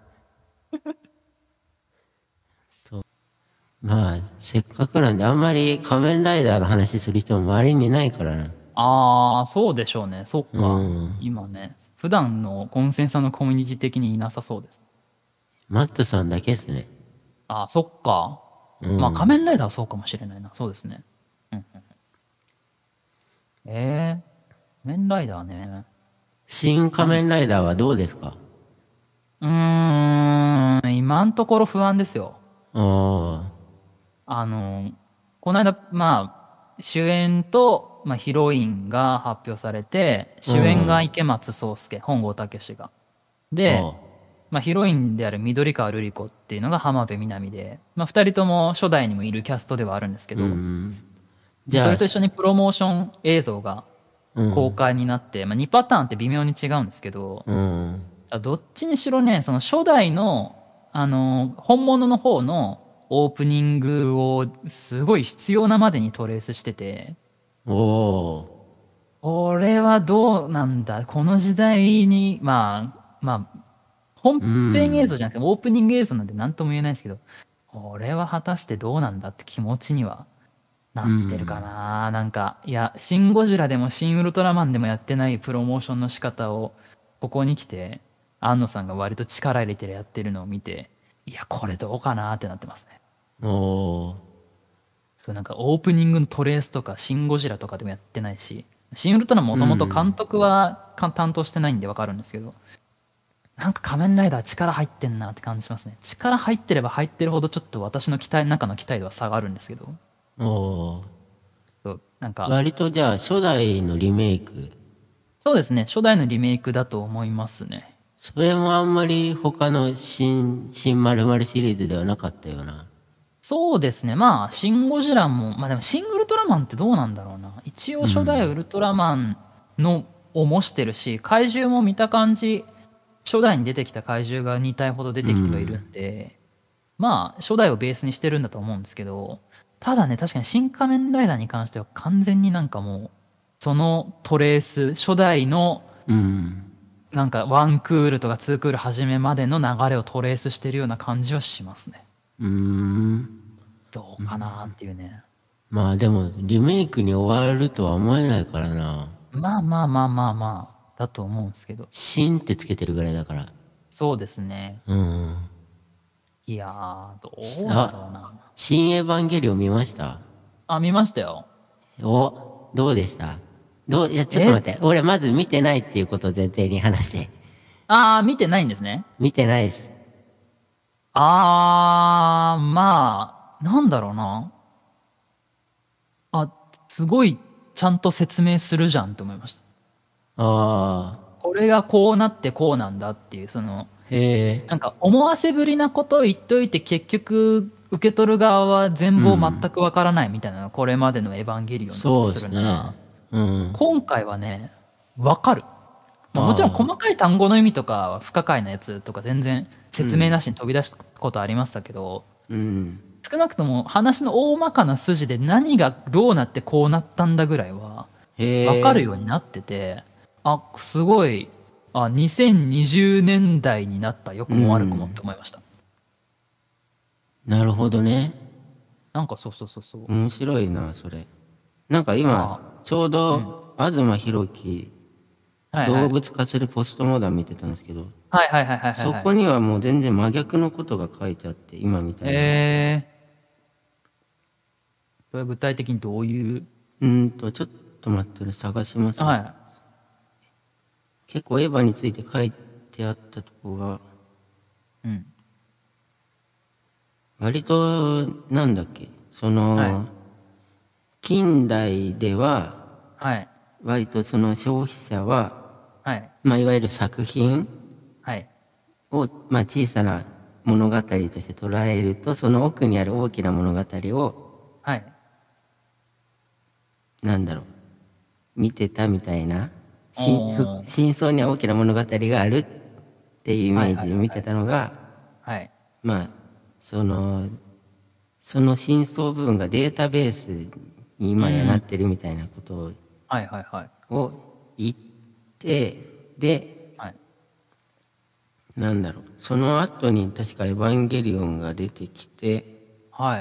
まあ、せっかくなんで、あんまり仮面ライダーの話する人も周りにいないからな。 ああ、そうでしょうね。そっうか。 ん。 今ね、普段のコンセンサのコミュニティ的にいなさそうです。 マットさんだけですね。 ああ、そっか。まあ仮面ライダーはそうかもしれないな。そうですね。仮面ライダーね。 新仮面ライダーはどうですか？ 今んところ不安ですよ。 ああ。 あの、この間、まあ、主演と、まあ、ヒロインが発表されて、主演が池松壮亮、本郷猛が。で、 ああ。 まあ、ヒロインである緑川瑠璃子っていうのが浜辺美波で、まあ、二人とも初代にもいるキャストではあるんですけど、で、 じゃあ、 それと一緒にプロモーション映像が公開になって、まあ、2パターンって微妙に違うんですけど、どっちにしろね、その初代の、本物の方のオープニングをすごい必要なまでにトレースしてて、 おお。 これはどうなんだこの時代に、まあ、本編映像じゃなくてオープニング映像なんて何とも言えないですけど、これは果たしてどうなんだって気持ちにはなってるかな。なんか、いや、シン・ゴジラでもシン・ウルトラマンでもやってないプロモーションの仕方を、ここに来て、庵野さんが割と力入れてやってるのを見て、いや、これどうかなってなってますね。 おお。 そうなんかオープニングのトレースとかシン・ゴジラとかでもやってないし、シン・ウルトラもともと監督は担当してないんでわかるんですけど、なんか仮面ライダー力入ってんなって感じしますね。力入ってれば入ってるほどちょっと私の中の期待度は差があるんですけど、 おお。 そうなんか、 割とじゃあ、初代のリメイク。 そうですね、初代のリメイクだと思いますね。 それもあんまり他の新〇〇シリーズではなかったような。 そうですね。まあ、シン・ゴジラも、まあでも、シン・ウルトラマンってどうなんだろうな。一応、初代ウルトラマンのを模してるし、怪獣も見た感じ、初代に出てきた怪獣が2体ほど出てきてはいるんで、まあ、初代をベースにしてるんだと思うんですけど、ただね、確かに新仮面ライダーに関しては完全になんかもう、そのトレース、初代のうん。 なんかワンクールとかツークール始めまでの流れをトレースしてるような感じはしますね。 うーん。 どうかなっていうね。 まあでも、リメイクに終わるとは思えないからな。 まあまあまあまあまあ、だと思うんですけど。 シンってつけてるぐらいだから。 そうですね。 うん。 いやー、どうだろうあ、 な。 新エヴァンゲリオン見ました？ あ、見ましたよ。 どうでした？いや、ちょっとえ待って。俺まず見てないっていうことを前提に話して。 見てないんですね。 見てないです。 まあ、なんだろうな。あ、すごいちゃんと説明するじゃんって思いました。 ああ、 これがこうなってこうなんだっていう、 へえ。 なんか思わせぶりなことを言っといて結局受け取る側は全貌全くわからないみたいなのがこれまでのエヴァンゲリオンだとそうでするなら、 すね。うん。 今回はね、わかる。まあ、もちろん細かい単語の意味とか不可解なやつとか全然説明なしに飛び出すことありましたけど、 うん。 少なくとも話の大まかな筋で何がどうなってこうなったんだぐらいは分かるへえ。 ようになってて、すごい、2020年代になった良くも悪くもって思いました。 なるほどね。 なんかそうそうそうそう。 面白いな、それ。なんかあ今、ちょうど、東博樹、動はいはい。 物化するポストモダン見てたんですけど、 はいはいはいはいはいそはい。 こにはもう全然真逆のことが書いてあって、今みたいな。 それは具体的にどういう。 ちょっと待ってる、探しますわ。 は結構エヴァについて書いてあったとこが、 い。うん。 割と、なんだっけ、 はい。 近代では、 はい。 割とその消費者は、 はい。 まあ、いわゆる作品はい。 を、まあ、小さな物語として捉えると、その奥にある大きな物語を、 はい。 なんだろう、見てたみたいな、 おー。 真相には大きな物語があるっていうイはいメージで見てはいはい。 たのが、 はい。 まあ、その、その真相部分がデータベースに今やなってるみたいなことはいはいはい。 を言って、で、 はい。 なんだろう、その後に確かエヴァンゲリオンが出てきて、 はい。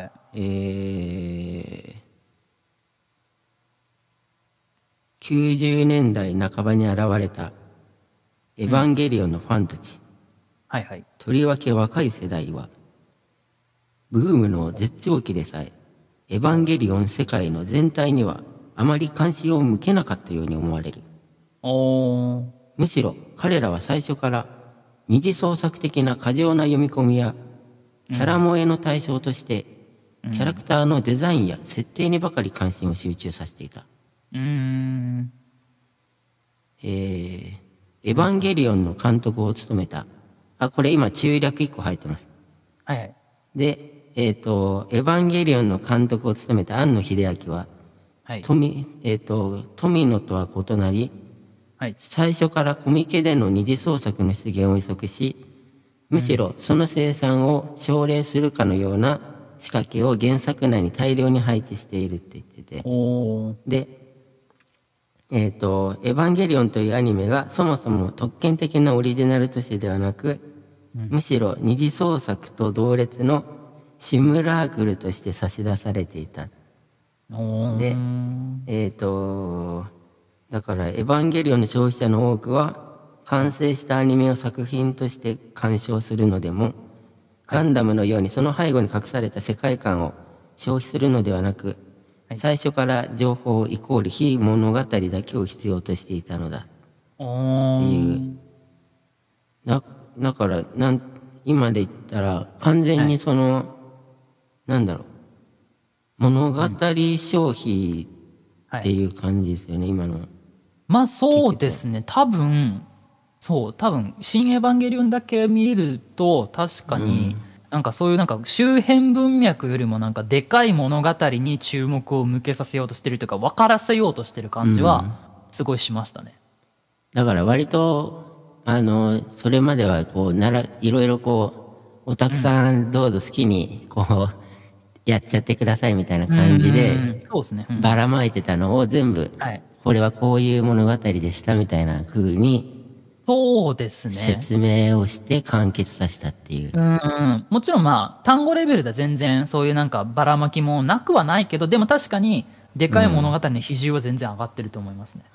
90年代半ばに現れたエヴァンゲリオンのファンたち、 はいはい。 とりわけ若い世代は、ブームの絶頂期でさえ、エヴァンゲリオン世界の全体にはあまり関心を向けなかったように思われる。 おー。 むしろ彼らは最初から二次創作的な過剰な読み込みやキャラ萌えの対象としてキャラクターのデザインや設定にばかり関心を集中させていた。エヴァンゲリオンの監督を務めた、これ今中略1個入ってます。 はいはい。 で、エヴァンゲリオンの監督を務めた庵野秀明は、 はい。 富野とは異なり、 はい。 最初からコミケでの二次創作の出現を予測し、むしろその生産を奨励するかのような仕掛けを原作内に大量に配置しているって言ってて。 おー。 で、エヴァンゲリオンというアニメがそもそも特権的なオリジナルとしてではなく、むしろ二次創作と同列のシムラークルとして差し出されていた。で、だからエヴァンゲリオンの消費者の多くは完成したアニメを作品として鑑賞するのでも、ガンダムのようにその背後に隠された世界観を消費するのではなく、最初から情報イコール非物語だけを必要としていたのだっていう。だから今で言ったら完全になんだろう、物語消費っていう感じですよね、今の。 まあそうですね。多分、新エヴァンゲリオンだけ見ると、確かに、 なんかそういうなんか周辺文脈よりもなんかでかい物語に注目を向けさせようとしてるというか分からせようとしてる感じはすごいしましたね。 だから割とそれまではこういろいろこうおたくさんどうぞ好きにこうやっちゃってくださいみたいな感じでそうですね、 ばらまいてたのを全部、これはこういう物語でしたみたいな風にそうですね。 説明をして完結させたっていう。 もちろんまあ単語レベルでは全然そういうなんかばらまきもなくはないけど、でも確かにでかい物語の比重は全然上がってると思いますね。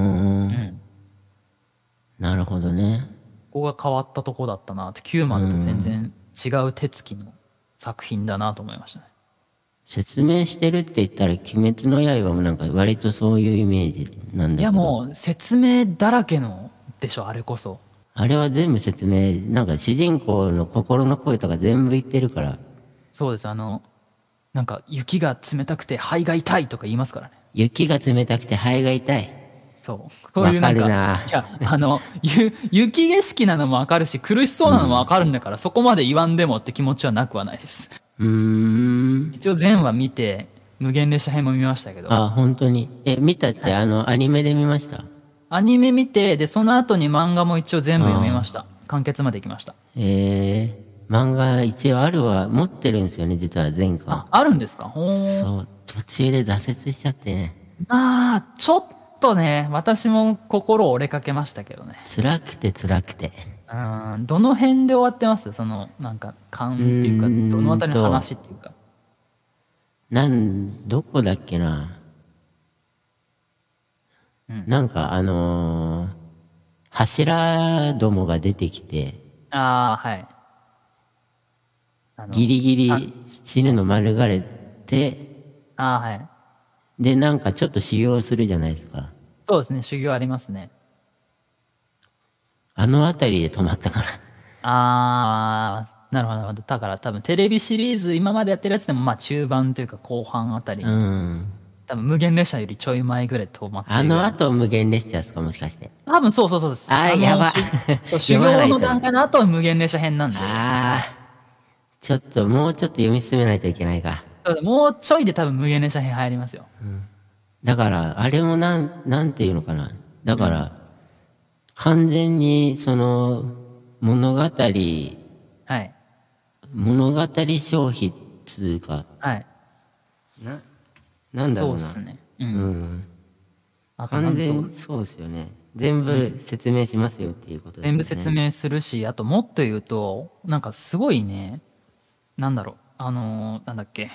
なるほどね。 ここが変わったとこだったなって、90と全然違う手つきの作品だなと思いましたね。 説明してるって言ったら「鬼滅の刃」もなんか割とそういうイメージなんだけど。 いやもう説明だらけのでしょ、あれこそ。 あれは全部説明、なんか主人公の心の声とか全部言ってるから。 そうです。なんか雪が冷たくて肺が痛いとか言いますからね。 雪が冷たくて肺が痛い。 そう。そういうなんか、 わかるな。 いや、雪景色なのもわかるし、苦しそうなのもわかるんだから、そこまで言わんでもって気持ちはなくはないです。一応全話見て、無限列車編も見ましたけど。 あ、本当に。見たって、アニメで見ました？ アニメ見て、で、その後に漫画も一応全部読みました。完結まで行きました。 漫画一応あるは持ってるんですよね、実は前回。 あるんですか？ そう、途中で挫折しちゃってね。 まあ、ちょっとね、私も心折れかけましたけどね。 辛くて。 どの辺で終わってます？なんか、勘っていうか、どのあたりの話っていうか。 どこだっけな。なんか柱どもが出てきて、 はい。 ギリギリ死ぬの免れて、 はい。 で、なんかちょっと修行するじゃないですか。 そうですね、修行ありますね。 あの辺りで止まったかなるほど、なるほど。だから多分テレビシリーズ、今までやってるやつでもまあ中盤というか後半あたりに。多分無限列車よりちょい前ぐらい止まってる。 あの後無限列車ですか、もしかして。 多分そうです。 やば。 修行の段階の後無限列車編なんで。 もうちょっと読み進めないといけないか。 もうちょいで多分無限列車編入りますよ。 だから、あれもなんていうのかな。だから、完全にその物語消費っつうか。なんだろうな。 そうですね。 完全にそうですよね。全部説明しますよっていうことですね。 全部説明するし、あともっと言うと、なんかすごいね、なんだろう、なんだっけ。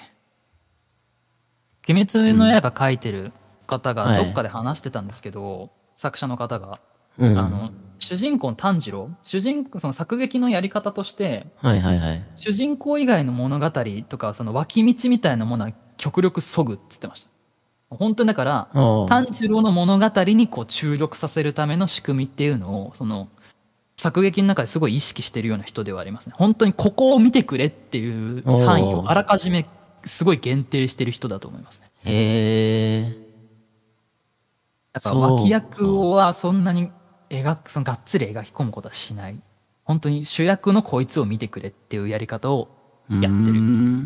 鬼滅の刃書いてる方がどっかで話してたんですけど、作者の方が。主人公の炭治郎、その作劇のやり方として、主人公以外の物語とかその脇道みたいなものは極力削ぐっつってました。本当にだから炭治郎の物語にこう注力させるための仕組みっていうのをその作劇の中ですごい意識してるような人ではありますね。本当にここを見てくれっていう範囲をあらかじめすごい限定してる人だと思いますね。だから脇役はそんなにそのがっつり描き込むことはしない。本当に主役のこいつを見てくれっていうやり方をやってる。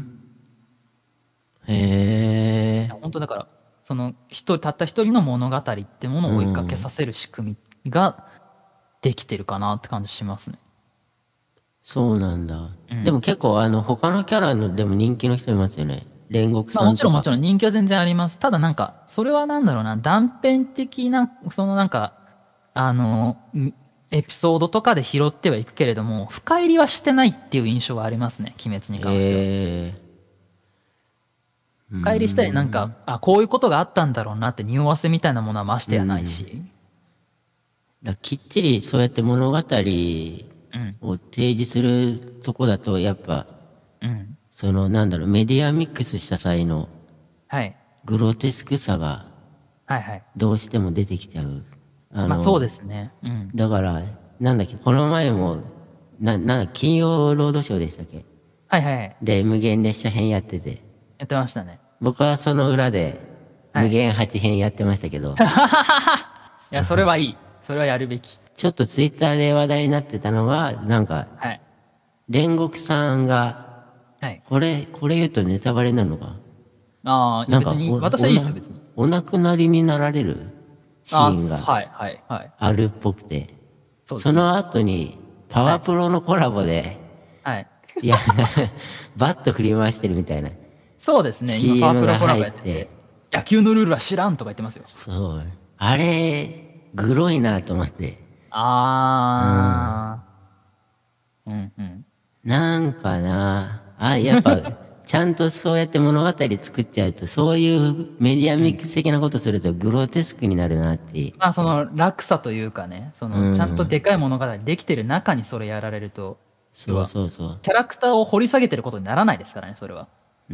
本当だからそのたった一人の物語ってものを追いかけさせる仕組みができてるかなって感じしますね。 そうなんだ。でも結構他のキャラのでも人気の人いますよね。煉獄さんとか。 もちろん人気は全然あります。ただなんかそれはなんだろうな、断片的なそのなんかエピソードとかで拾ってはいくけれども深入りはしてないっていう印象はありますね、鬼滅に関しては。深入りしたりなんかこういうことがあったんだろうなって匂わせみたいなものはましてやないし、 きっちりそうやって物語を提示するとこだとやっぱ、そのなんだろうメディアミックスした際のグロテスクさがどうしても出てきちゃう。 そうですね。 だからなんだっけ、この前もなんだ金曜ロードショーでしたっけ。で無限列車編やってましたね。 僕はその裏で無限8編やってましたけど、 いやそれはいい、それはやるべき。 ちょっとツイッターで話題になってたのはなんか、 煉獄さんが、 はい。 これ言うとネタバレなのか。 ああ、 なんか別に、私はいいですよ、別に。 お亡くなりになられるシああ、 ーンがはい、はい、はい。 あるっぽくて、 そうですね。 その後にパワプロのコラボで、 はい。 いや、バット振り回してるみたいなそうですね。今、パワ CM がプロコラボ入って、 やってて、野球のルールは知らんとか言ってますよ。 そう。あれ、グロいなと思って。 あー。うんうん。 なんかな、やっぱ、ちゃんとそうやって物語作っちゃうと、そういうメディアミックス的なことするとグロテスクになるなって。 まあ、その落差というかね、ちゃんとでかい物語できてる中にそれやられると、要そうは、 そうそう。 キャラクターを掘り下げてることにならないですからね、それは。 うん。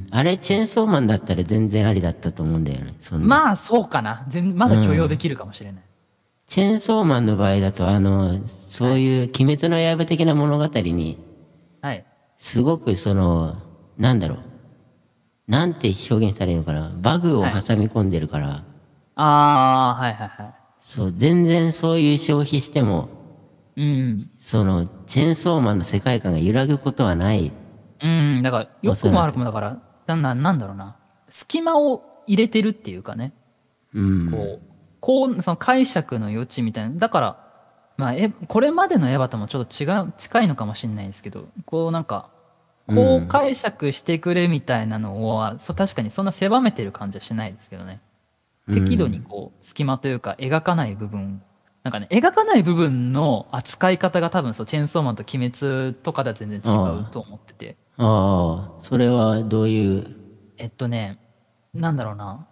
あれ、チェーンソーマンだったら全然ありだったと思うんだよね。そんな。 まあ、そうかな。まだ許容できるかもしれない。 チェーンソーマンの場合だと、そういう鬼滅の刃的な物語に、 はい。 すごくなんだろう。なんて表現したらいいのかな。バグをはい。 挟み込んでるから、 ああ、はいはいはい。 そう、全然そういう消費しても、 うん。 チェーンソーマンの世界観が揺らぐことはない。 うん。だから、良くもおそらく。 悪くもだから、なんだろうな。隙間を入れてるっていうかね。 うん。 その解釈の余地みたいな。だから、まあ、これまでのエヴァともちょっと近いのかもしれないですけど、なんか、こう解釈してくれみたいなのは、確かにそんな狭めてる感じはしないですけどね。適度に隙間というか、描かない部分。なんかね、描かない部分の扱い方が多分チェーンソーマンと鬼滅とかでは全然違うあと思ってて。 あ、ああ、それはどういう、 えっとね、なんだろうな。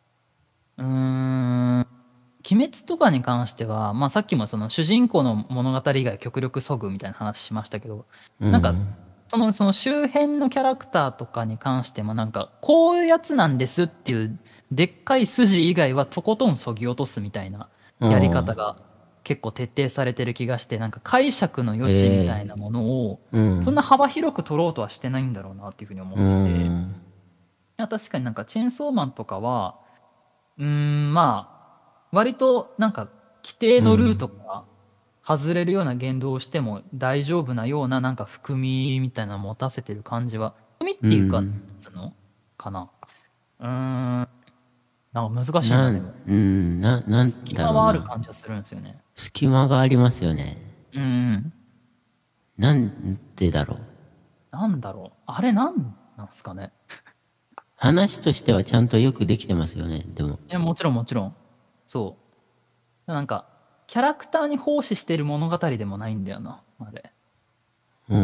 鬼滅とかに関しては、まあさっきもその主人公の物語以外極力削ぐみたいな話しましたけど、なんか、その周辺のキャラクターとかに関してもなんか、こういうやつなんですっていうでっかい筋以外はとことん削ぎ落とすみたいなやり方が結構徹底されてる気がして、なんか解釈の余地みたいなものを、そんな幅広く取ろうとはしてないんだろうなっていうふうに思ってて、いや確かになんかチェーンソーマンとかは、まあ、割となんか規定のルートから外れるような言動をしても大丈夫なようななんか含みみたいなの持たせてる感じは、含みっていうか、かな。なんか難しいな、でも。 なん隙間はあるだろうな。 感じはするんですよね。 隙間がありますよね。 うん。 なんでだろう。 なんだろう。あれなんすかね。 話としてはちゃんとよくできてますよね、でも。 いや、もちろんもちろん。そう。なんか、キャラクターに奉仕してる物語でもないんだよな、あれ。うん。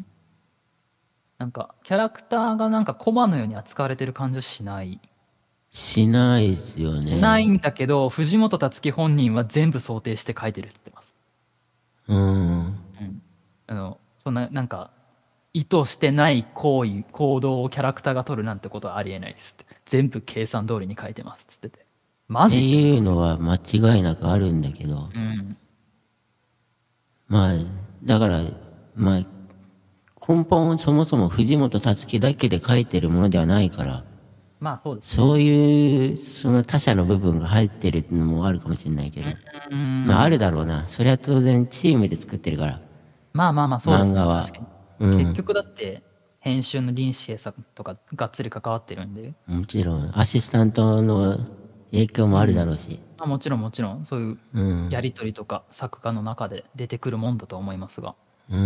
なんか、キャラクターがなんかコマのように扱われてる感じはしない。 しないですよね。 ないんだけど、藤本つ樹本人は全部想定して書いてるって言ってます。うん。そんな、なんか、意図してない行動をキャラクターが取るなんてことはありえないですって。全部計算通りに書いてますっつってて。マってジって思ってます。 いうのは間違いなくあるんだけど。 うん。 まあ、だから、まあ、根本そもそも藤本つ樹だけで書いてるものではないから、 まあそうですね。 そういう、その他者の部分が入ってるのもあるかもしれないけど。まあ、あるだろうな。それは当然チームで作ってるから、 まあまあまあそうですね。 漫画は。 確かに。結局だって、編集の林志さんとかがっつり関わってるんで。 もちろん、アシスタントの影響もあるだろうし。 まあ、もちろんもちろん、そういうやりとりとか作画の中で出てくるもんだと思いますが。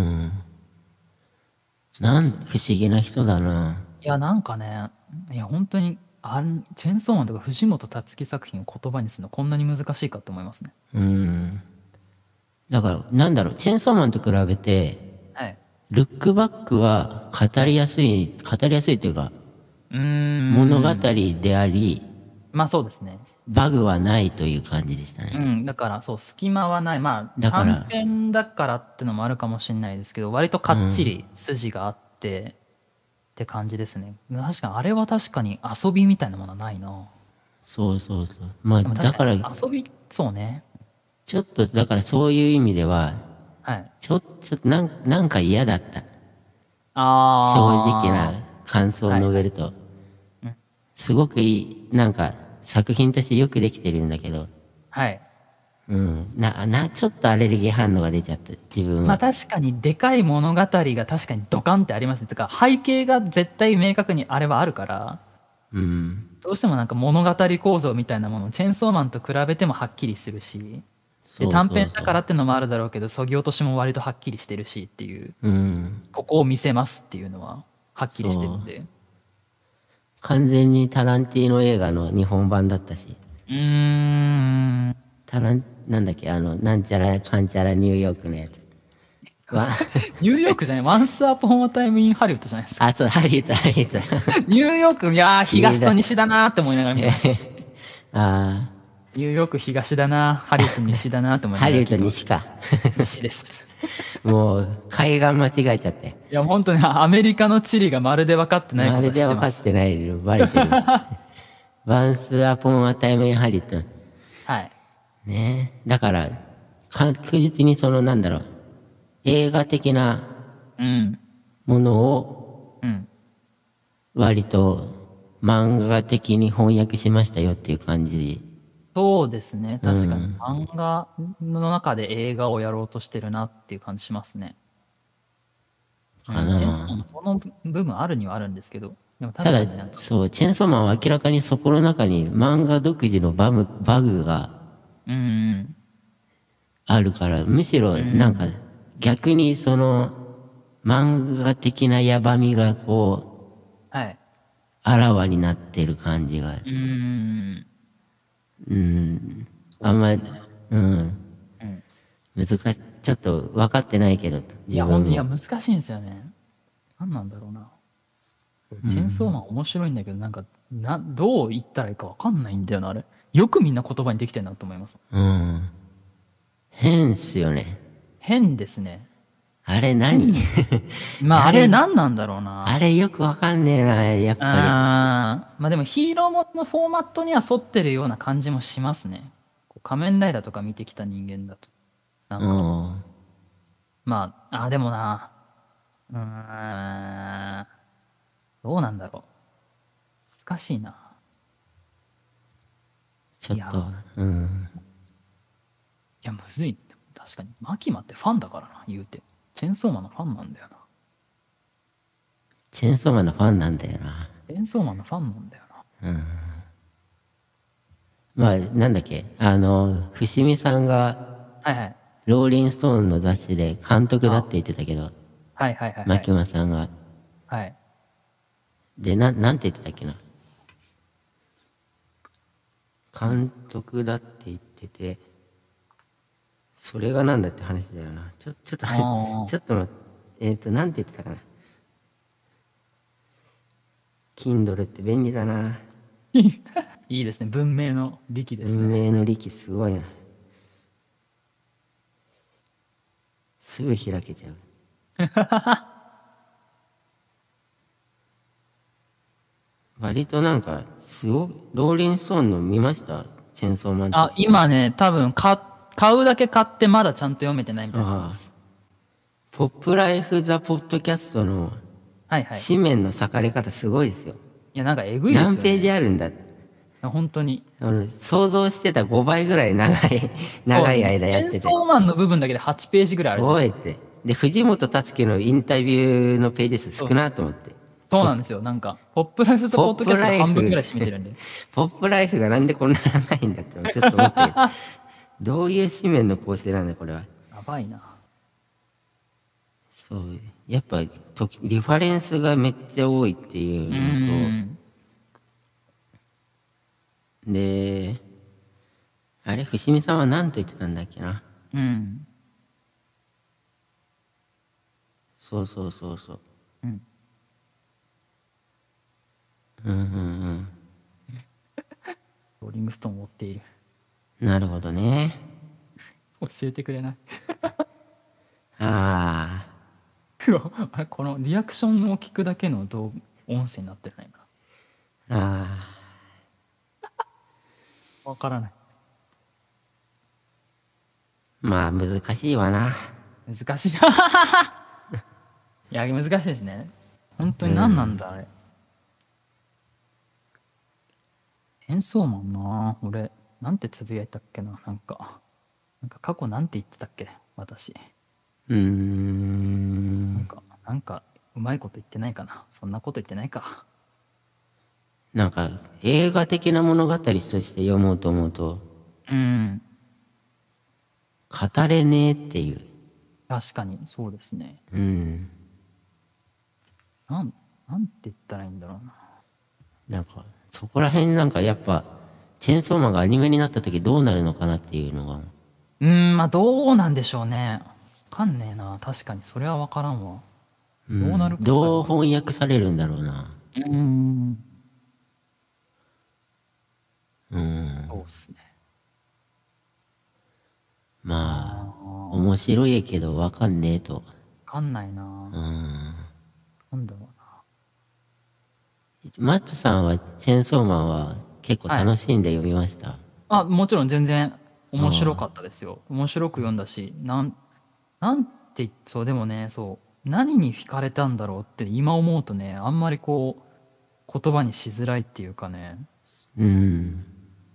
不思議な人だな。 いや、なんかね、いや、本当に、チェーンソーマンとか藤本つ樹作品を言葉にするのこんなに難しいかと思いますね。 だから、なんだろう、チェーンソーマンと比べて、 はい。 ルックバックは語りやすいというか、物語であり、 まあそうですね。 バグはないという感じでしたね。 だからそう、隙間はない。まあ、 だから短編だからってのもあるかもしれないですけど、割とかっちり筋があってって感じですね。確かに、あれは確かに遊びみたいなものはないな。 そうそうそう。まあ、 でもだから、 確かに遊び、そうね。 ちょっと、だからそういう意味では、 はい。 ちょっとなんか嫌だった。正直なあ感想をあ、はいはい。 述べると。すごくいい、なんか作品としてよくできてるんだけど、 はい。 ちょっとアレルギー反応が出ちゃった、自分まあは。 確かにでかい物語が確かにドカンってありますね。てか背景が絶対明確にあれはあるから、 うん。 どうしてもなんか物語構造みたいなもの、チェンソーマンと比べてもはっきりするし、でそう短そうそう。 編だからってのもあるだろうけど、削ぎ落としも割とはっきりしてるしっていう、 うん。 ここを見せますっていうのははっきりしてるそう。 んで。 完全にタランティーノ映画の日本版だったし。 うーん。 なんだっけ、なんちゃらかんちゃらニューヨークのやつ。わ、 ニューヨークじゃない、ワンスアポンアタイムインハリウッドじゃないですか。 そう、ハリウッド、ハリウッド。 ニューヨーク、いやー、東といいだ。 西だなーって思いながら見てました。 あニューヨーク東だな、ハリウッド西だなって思いながハリウッら聞いてました。 ド西か。 西です。 もう、海岸間違えちゃって。 いや、本当にアメリカの地理がまるで分かってないまことはるで分かっ知ってます。 てないよ、バレてる。ワンスアポンアタイムインハリウッド。 はい。 ね。だから、確実に映画的なうん。 ものをうん。 割と漫画的に翻訳しましたよっていう感じ。 そうですね。 う確かにん。 漫画の中で映画をやろうとしてるなっていう感じしますね。うかん。チェンソーマンもな。 その部分あるにはあるんですけど、でもただ、 確かになんか、 そう、チェンソーマンは明らかにそこの中に漫画独自のバグがうん。 あるから、むしろうん。 なんか逆にその漫画的なやばみがはい。 あらわになってる感じが、 うん。 うん、あんま、 そうですね。 うん、 うん。 ちょっと分かってないけど、 いや、ほんと、いや、 自分も。 難しいんですよね。何なんだろうな。チェーンソーマン面白いんだけど、なんか、どう言ったらいいか分かんないんだよな、あれ。よくみんな言葉にできてるなと思います。 うん。変っすよね。 変ですね。 あれ何？ 変。まあ、あれ何なんだろうな。 あれよくわかんねえな、やっぱり。 まあでもヒーローものフォーマットには沿ってるような感じもしますね。こう仮面ライダーとか見てきた人間だと。なうんか、 ん。 まあ、でもな。うーん。どうなんだろう。難しいな。いや、 ちょっと、うん。 いや、むずい。確かに。マキマってファンだからな、言うて。チェンソーマンのファンなんだよな。 チェーンソーマンのファンなんだよな。 チェンソーマンのファンなんだよな。 まあ、なんだっけ、伏見さんが、 はいはい。 ローリンストーンの雑誌で監督だっあ、 て言ってたけど、 はいはいはいはい。 牧間さんが。 はい。 で、なんて言ってたっけな。監督だって言ってて、それがなんだって話だよな。ちょっと、 あちょっと待って、なんて言ってたかな。Kindle って便利だな。 あ。いいですね。文明の利器です運ね。 命の力すごいな。すぐ開けちゃう。割となんか、すごい、ローリンストーンの見ました？チェンソーマンあ、 特集。 今ね、多分買うだけ買ってまだちゃんと読めてないみたいな感じでああ。 す。 ポップライフ・ザ・ポッドキャストのはいはい。 紙面の裂かれ方すごいですよ。 いや、なんかえぐいです何ページよね。 あるんだ。 本当に。 想像してた5倍ぐらいそう、 長い間チェンやってて。 ソーマンの部分だけで8ページぐらいあるじゃないですか。 覚えて。で、藤本達樹のインタビューのページ数少そうなと思って。 そうなんですよ。なんか、ポップライフザポッポッドキャストがプライフ、 半分ぐらい占めてるんで。 ポップライフがなんでこんな長いんだってちょっと思ったけど、どういう紙面の構成なんだこれは。 やばいな。 そう、やっぱリファレンスがめっちゃ多いっていううーのん。 と、で、あれ、伏見さんは何と言ってたんだっけな。 うん。 そうそうそうそう。 うん。 うんうんうん。 ローリングストーンを追っている。 なるほどね。 教えてくれない。 ああれ、このリアクションを聞くだけの音声になってないかあ、あな。わからない。 あ、まあ難しいわな。 難しい。いや、難しいですね。本当に何なんだ、あれ。チェンソーマンな俺、なんてつぶやいたっけな、なんか。 なんか過去なんて言ってたっけ私。 うーん。 なんかうまいこと言ってないかな。そんなこと言ってないか。 なんか、映画的な物語として読もうと思うと、 うん。 語れねえっていう。 確かに、そうですね。 うん。 なんて言ったらいいんだろうな。 なんか、そこら辺なんかやっぱ、チェーンソーマンがアニメになった時どうなるのかなっていうのが。 まあどうなんでしょうね。わかんねえな。確かに、それはわからんわ。 うん。 どうなるか。 どう翻訳されるんだろうな。 うん。 うん。 そうっすね。 まあ、面白いけどわかんねえと。 わかんないな。 うん。 なんだろうな。 マッチョさんはチェーンソーマンは結構はい。 楽しんで読みました。 あ、もちろん全然面白かあったですよ。面白く読んだし、なんて、そう、でもね、そう、何に惹かれたんだろうって今思うとね、あんまりこう、言葉にしづらいっていうかね、 うん。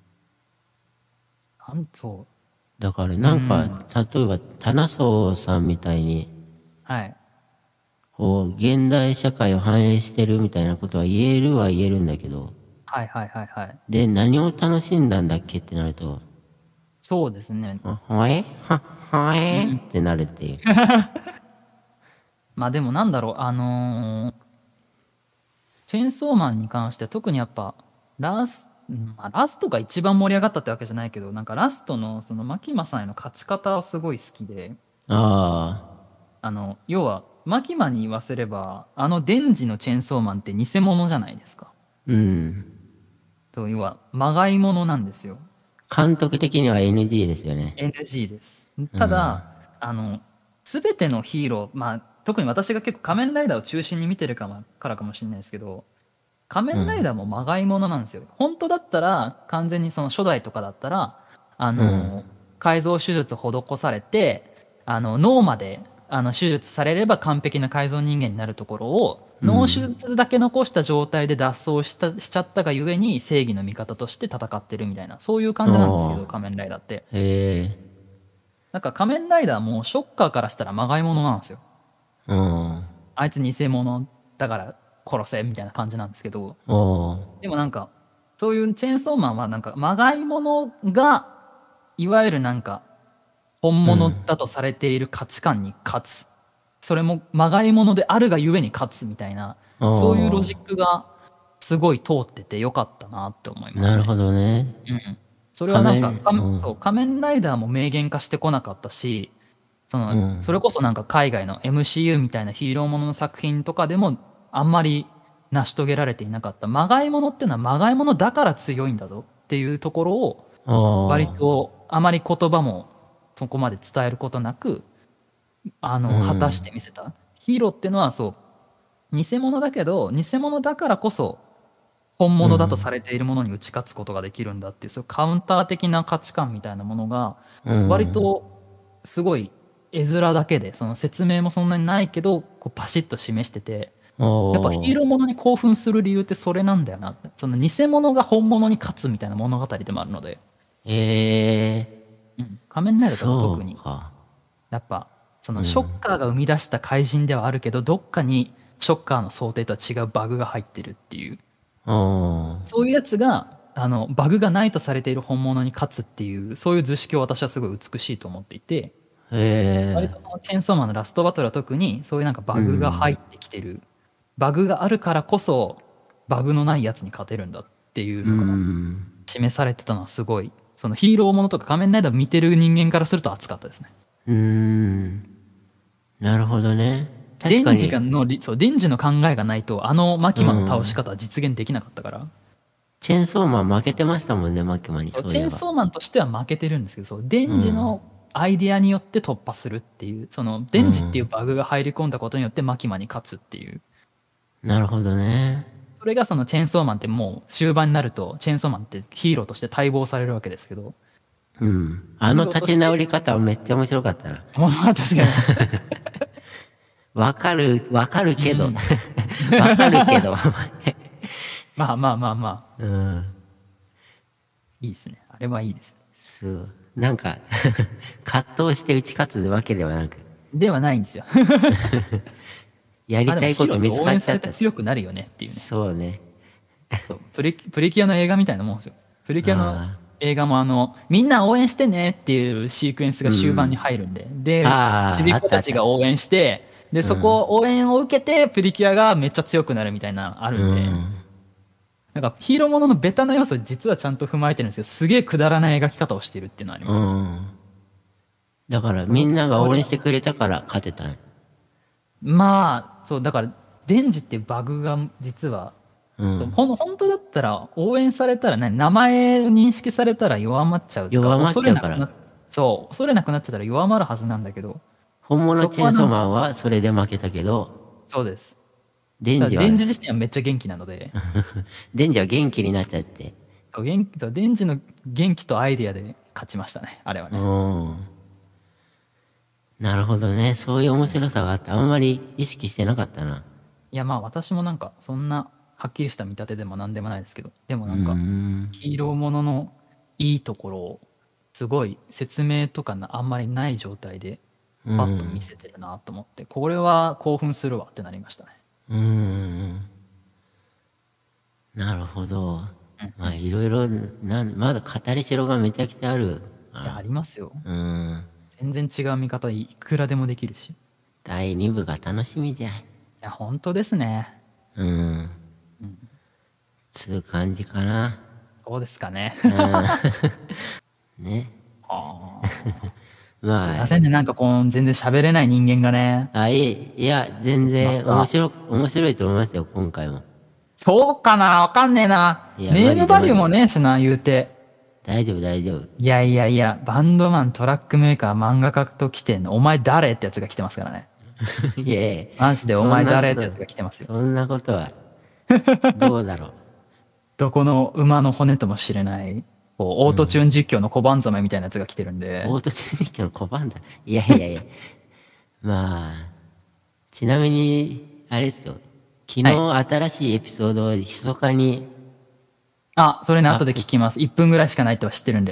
そだからう、うなんか、 ん、 例えば、棚荘さんみたいに、 はい。 こう、現代社会を反映してるみたいなことは言えるんだけど、 はいはいはいはい。 で、何を楽しんだんだっけってなると、 そうですね。 ほえはえってなるっていう。 まあでもなんだろう、チェーンソーマンに関しては特にやっぱ、ラストが一番盛り上がったってわけじゃないけど、なんかラストのそのマキマさんへの勝ち方はすごい好きで、 あ要は、マキマに言わせれば、デンジのチェーンソーマンって偽物じゃないですか。 うん。 そう、要は、まがいものなんですよ。 監督的には NG ですよね。 NG です。ただ、すべてのヒーロー、まあ、特に私が結構仮面ライダーを中心に見てるからかもしれないですけど、仮面ライダーもまがいものなんですよ。本当だったら、完全にその初代とかだったら、改造手術施されて、脳まで、手術されれば完璧な改造人間になるところを、脳手術だけ残した状態で脱走しちゃったがゆえに正義の味方として戦ってるみたいな、そういう感じなんですけど、仮面ライダーって。 へえ。 なんか仮面ライダーもショッカーからしたらまがいものなんですよ。 うん。 あいつ偽物だから殺せみたいな感じなんですけど、 おー。 でもなんか、そういうチェーンソーマンはなんか、まがいものが、いわゆるなんか、本物だとされている価値観に勝つ。それもまがいものであるがゆえに勝つみたいな、そういうロジックがすごい通っててよかったなって思いますね。 なるほどね。 うん。それはなんか、 うん。 そう、仮面ライダーも明言化してこなかったし、それこそなんか海外の MCU みたいなヒーローものの作品とかでもあんまり成し遂げられていなかった。まがいものっていうのはまがいものだから強いんだぞっていうところを割あとあまり言葉もそこまで伝えることなく、果たしてみせた。ヒーローっていうのはそう、偽物だけど、偽物だからこそ本物だとされているものに打ち勝つことができるんだっていう、そういうカウンター的な価値観みたいなものが割とすごい絵面だけで、その説明もそんなにないけどこうパシッと示してて、やっぱヒーローものに興奮する理由ってそれなんだよなって。その偽物が本物に勝つみたいな物語でもあるので、仮面ライダーとか特にやっぱそのショッカーが生み出した怪人ではあるけど、どっかにショッカーの想定とは違うバグが入ってるっていう、そういうやつがバグがないとされている本物に勝つっていう、そういう図式を私はすごい美しいと思っていて、割とそのチェーンソーマンのラストバトルは特にそういうなんかバグが入ってきてる、バグがあるからこそバグのないやつに勝てるんだっていうのが示されてたのはすごい、そのヒーローものとか仮面ライダー見てる人間からすると熱かったですね。 なるほどね。 デンジデンジの考えがないとマキマの倒し方は実現できなかったから。 チェーンソーマン負けてましたもんね、マキマに。 チェーンソーマンとしては負けてるんですけど、そうデンジのアイデアによって突破するっていう、そのデンジっていうバグが入り込んだことによってマキマに勝つっていう。 なるほどね。 それがそのチェーンソーマンってもう終盤になるとチェーンソーマンってヒーローとして待望されるわけですけど。 立ち直り方はめっちゃ面白かったな。 面白かったですけど。 わかるけど。わかるけど。 まあ。いいですね。あれはいいです。 そう。 なんか葛藤して打ち勝つわけではなく。 ではないんですよ。 やりたいこと見つかっちゃった。 応援されて強くなるよねっていうね。 そうね。 そうプリキュアの映画みたいなもんですよ。プリキュアの映画もみんな応援してねっていうシークエンスが終盤に入るんで、で、ちびっ子たちが応援して、で、そこ応援を受けてプリキュアがめっちゃ強くなるみたいなのあるんで、なんかヒーローもののベタな要素実はちゃんと踏まえてるんですけど、すげえくだらない描き方をしてるっていうのはあります。 だからみんなが応援してくれたから勝てた。 まあ、そう、だからデンジっていうバグが実は、本当だったら応援されたらね、名前を認識されたら弱まっちゃう。 弱まっちゃうから。 そう、恐れなくなっちゃったら弱まるはずなんだけど。 本物チェンソーマンはそれで負けたけど。 そうです。 デンジ自身はめっちゃ元気なので。 デンジは元気になっちゃって。 デンジの元気とアイディアで勝ちましたね、あれはね。 なるほどね。そういう面白さがあって、あんまり意識してなかったな。 いや、まあ私もなんか、そんなはっきりした見立てでもなんでもないですけど、でもなんか、ヒーローもののいいところを、すごい説明とかあんまりない状態で、パッと見せてるなと思って、これは興奮するわってなりましたね。 なるほど。まあいろいろ、まだ語りしろがめちゃくちゃある。 いや、ありますよ。全然違う見方いくらでもできるし。 第2部が楽しみじゃい。 いや、本当ですね。 つう感じかな。 そうですかね。 ね。 まあ。すいませんね、なんか全然喋れない人間がね。 いや、全然面白いと思いますよ、今回も。 そうかな、わかんねえな。ネームバリューもねえしな、言うて。 大丈夫、大丈夫。 いや、バンドマン、トラックメーカー、漫画家と来てんの、お前誰ってやつが来てますからね。 いやいや。 マジでお前誰ってやつが来てますよ。 そんなことは、どうだろう。 どこの馬の骨とも知れない、オートチューン実況の小判ざめみたいなやつが来てるんで。 オートチューン実況の小判だ。いや。まあ、ちなみに、あれですよ。昨日新しいエピソードを密かに、 それね、後で聞きます。1分ぐらいしかないっては知ってるんで。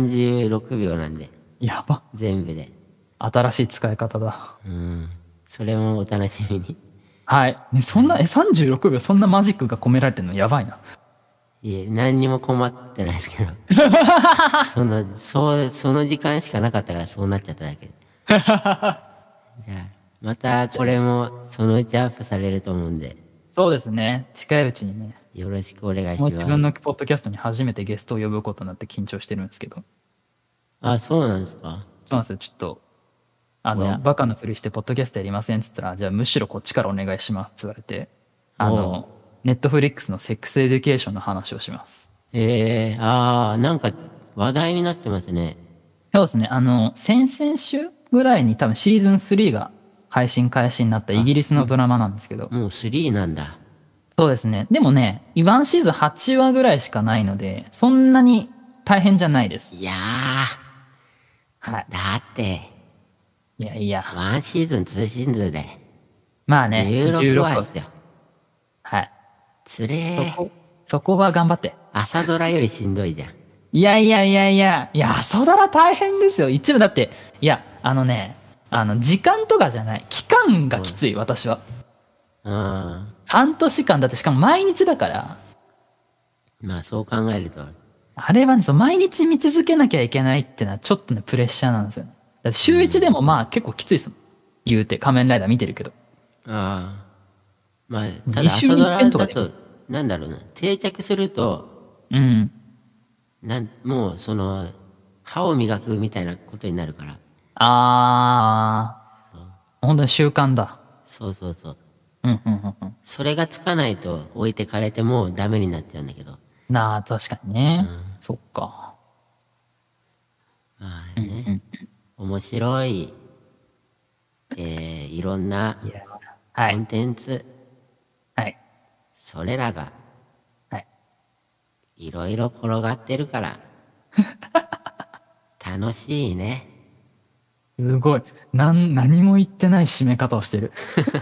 36秒なんで。 やば。 全部で。 新しい使い方だ。 それもお楽しみに。 はい。ね、36秒そんなマジックが込められてるのやばいな。 いえ、何にも困ってないですけど。その時間しかなかったからそうなっちゃっただけで。じゃあ、またこれもそのうちアップされると思うんで。 そうですね。近いうちにね。 よろしくお願いします。 自分のポッドキャストに初めてゲストを呼ぶことになって緊張してるんですけど。 そうなんですか？ そうなんですよ。ちょっと、バカのふりしてポッドキャストやりませんって言ったら、じゃあむしろこっちからお願いしますって言われて、ネットフリックスのセックスエデュケーションの話をします。 なんか話題になってますね。 そうですね。先々週ぐらいに多分シーズン3が配信開始になったイギリスのドラマなんですけど。 もう3なんだ。 そうですね。でもね、1シーズン8話ぐらいしかないので、そんなに大変じゃないです。 いやー。はい。 だって。 いや。 1シーズン、2シーズンで。 まあね。 16話ですよ。 はい。 つれー。 そこは頑張って。 朝ドラよりしんどいじゃん。 いや、朝ドラ大変ですよ。一部だって、時間とかじゃない。期間がきつい、私は。半年間だってしかも毎日だから。 まあそう考えると。 あれはね、毎日見続けなきゃいけないってのはちょっとね、プレッシャーなんですよね。だって週1でもまあ結構きついですもん。言うて、仮面ライダー見てるけど。 まあ、ただ朝ドラだと、なんだろうな、定着すると、もう歯を磨くみたいなことになるから。 本当に習慣だ。 そう。それがつかないと置いてかれてもダメになっちゃうんだけど。 確かにね。そっか。 まあね、面白い、いろんなコンテンツ、それらが、いろいろ転がってるから、楽しいね。 すごい。何も言ってない締め方をしてる。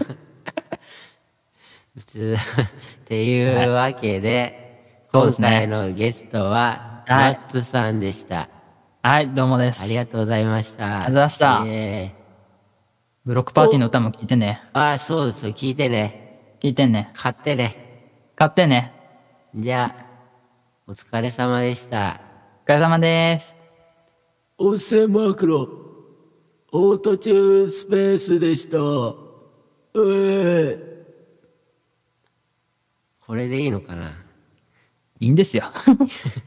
っていうわけで、今回のゲストは、マッツさんでした。 はい、どうもです。 ありがとうございました。 ありがとうございました。ブロックパーティーの歌も聞いてね。 ああ、そうですよ。聞いてね。 聞いてね。 買ってね。 買ってね。 じゃあ、お疲れ様でした。 お疲れ様です。 音声マクロ、オートチューンスペースでした。これでいいのかな？ いいんですよ。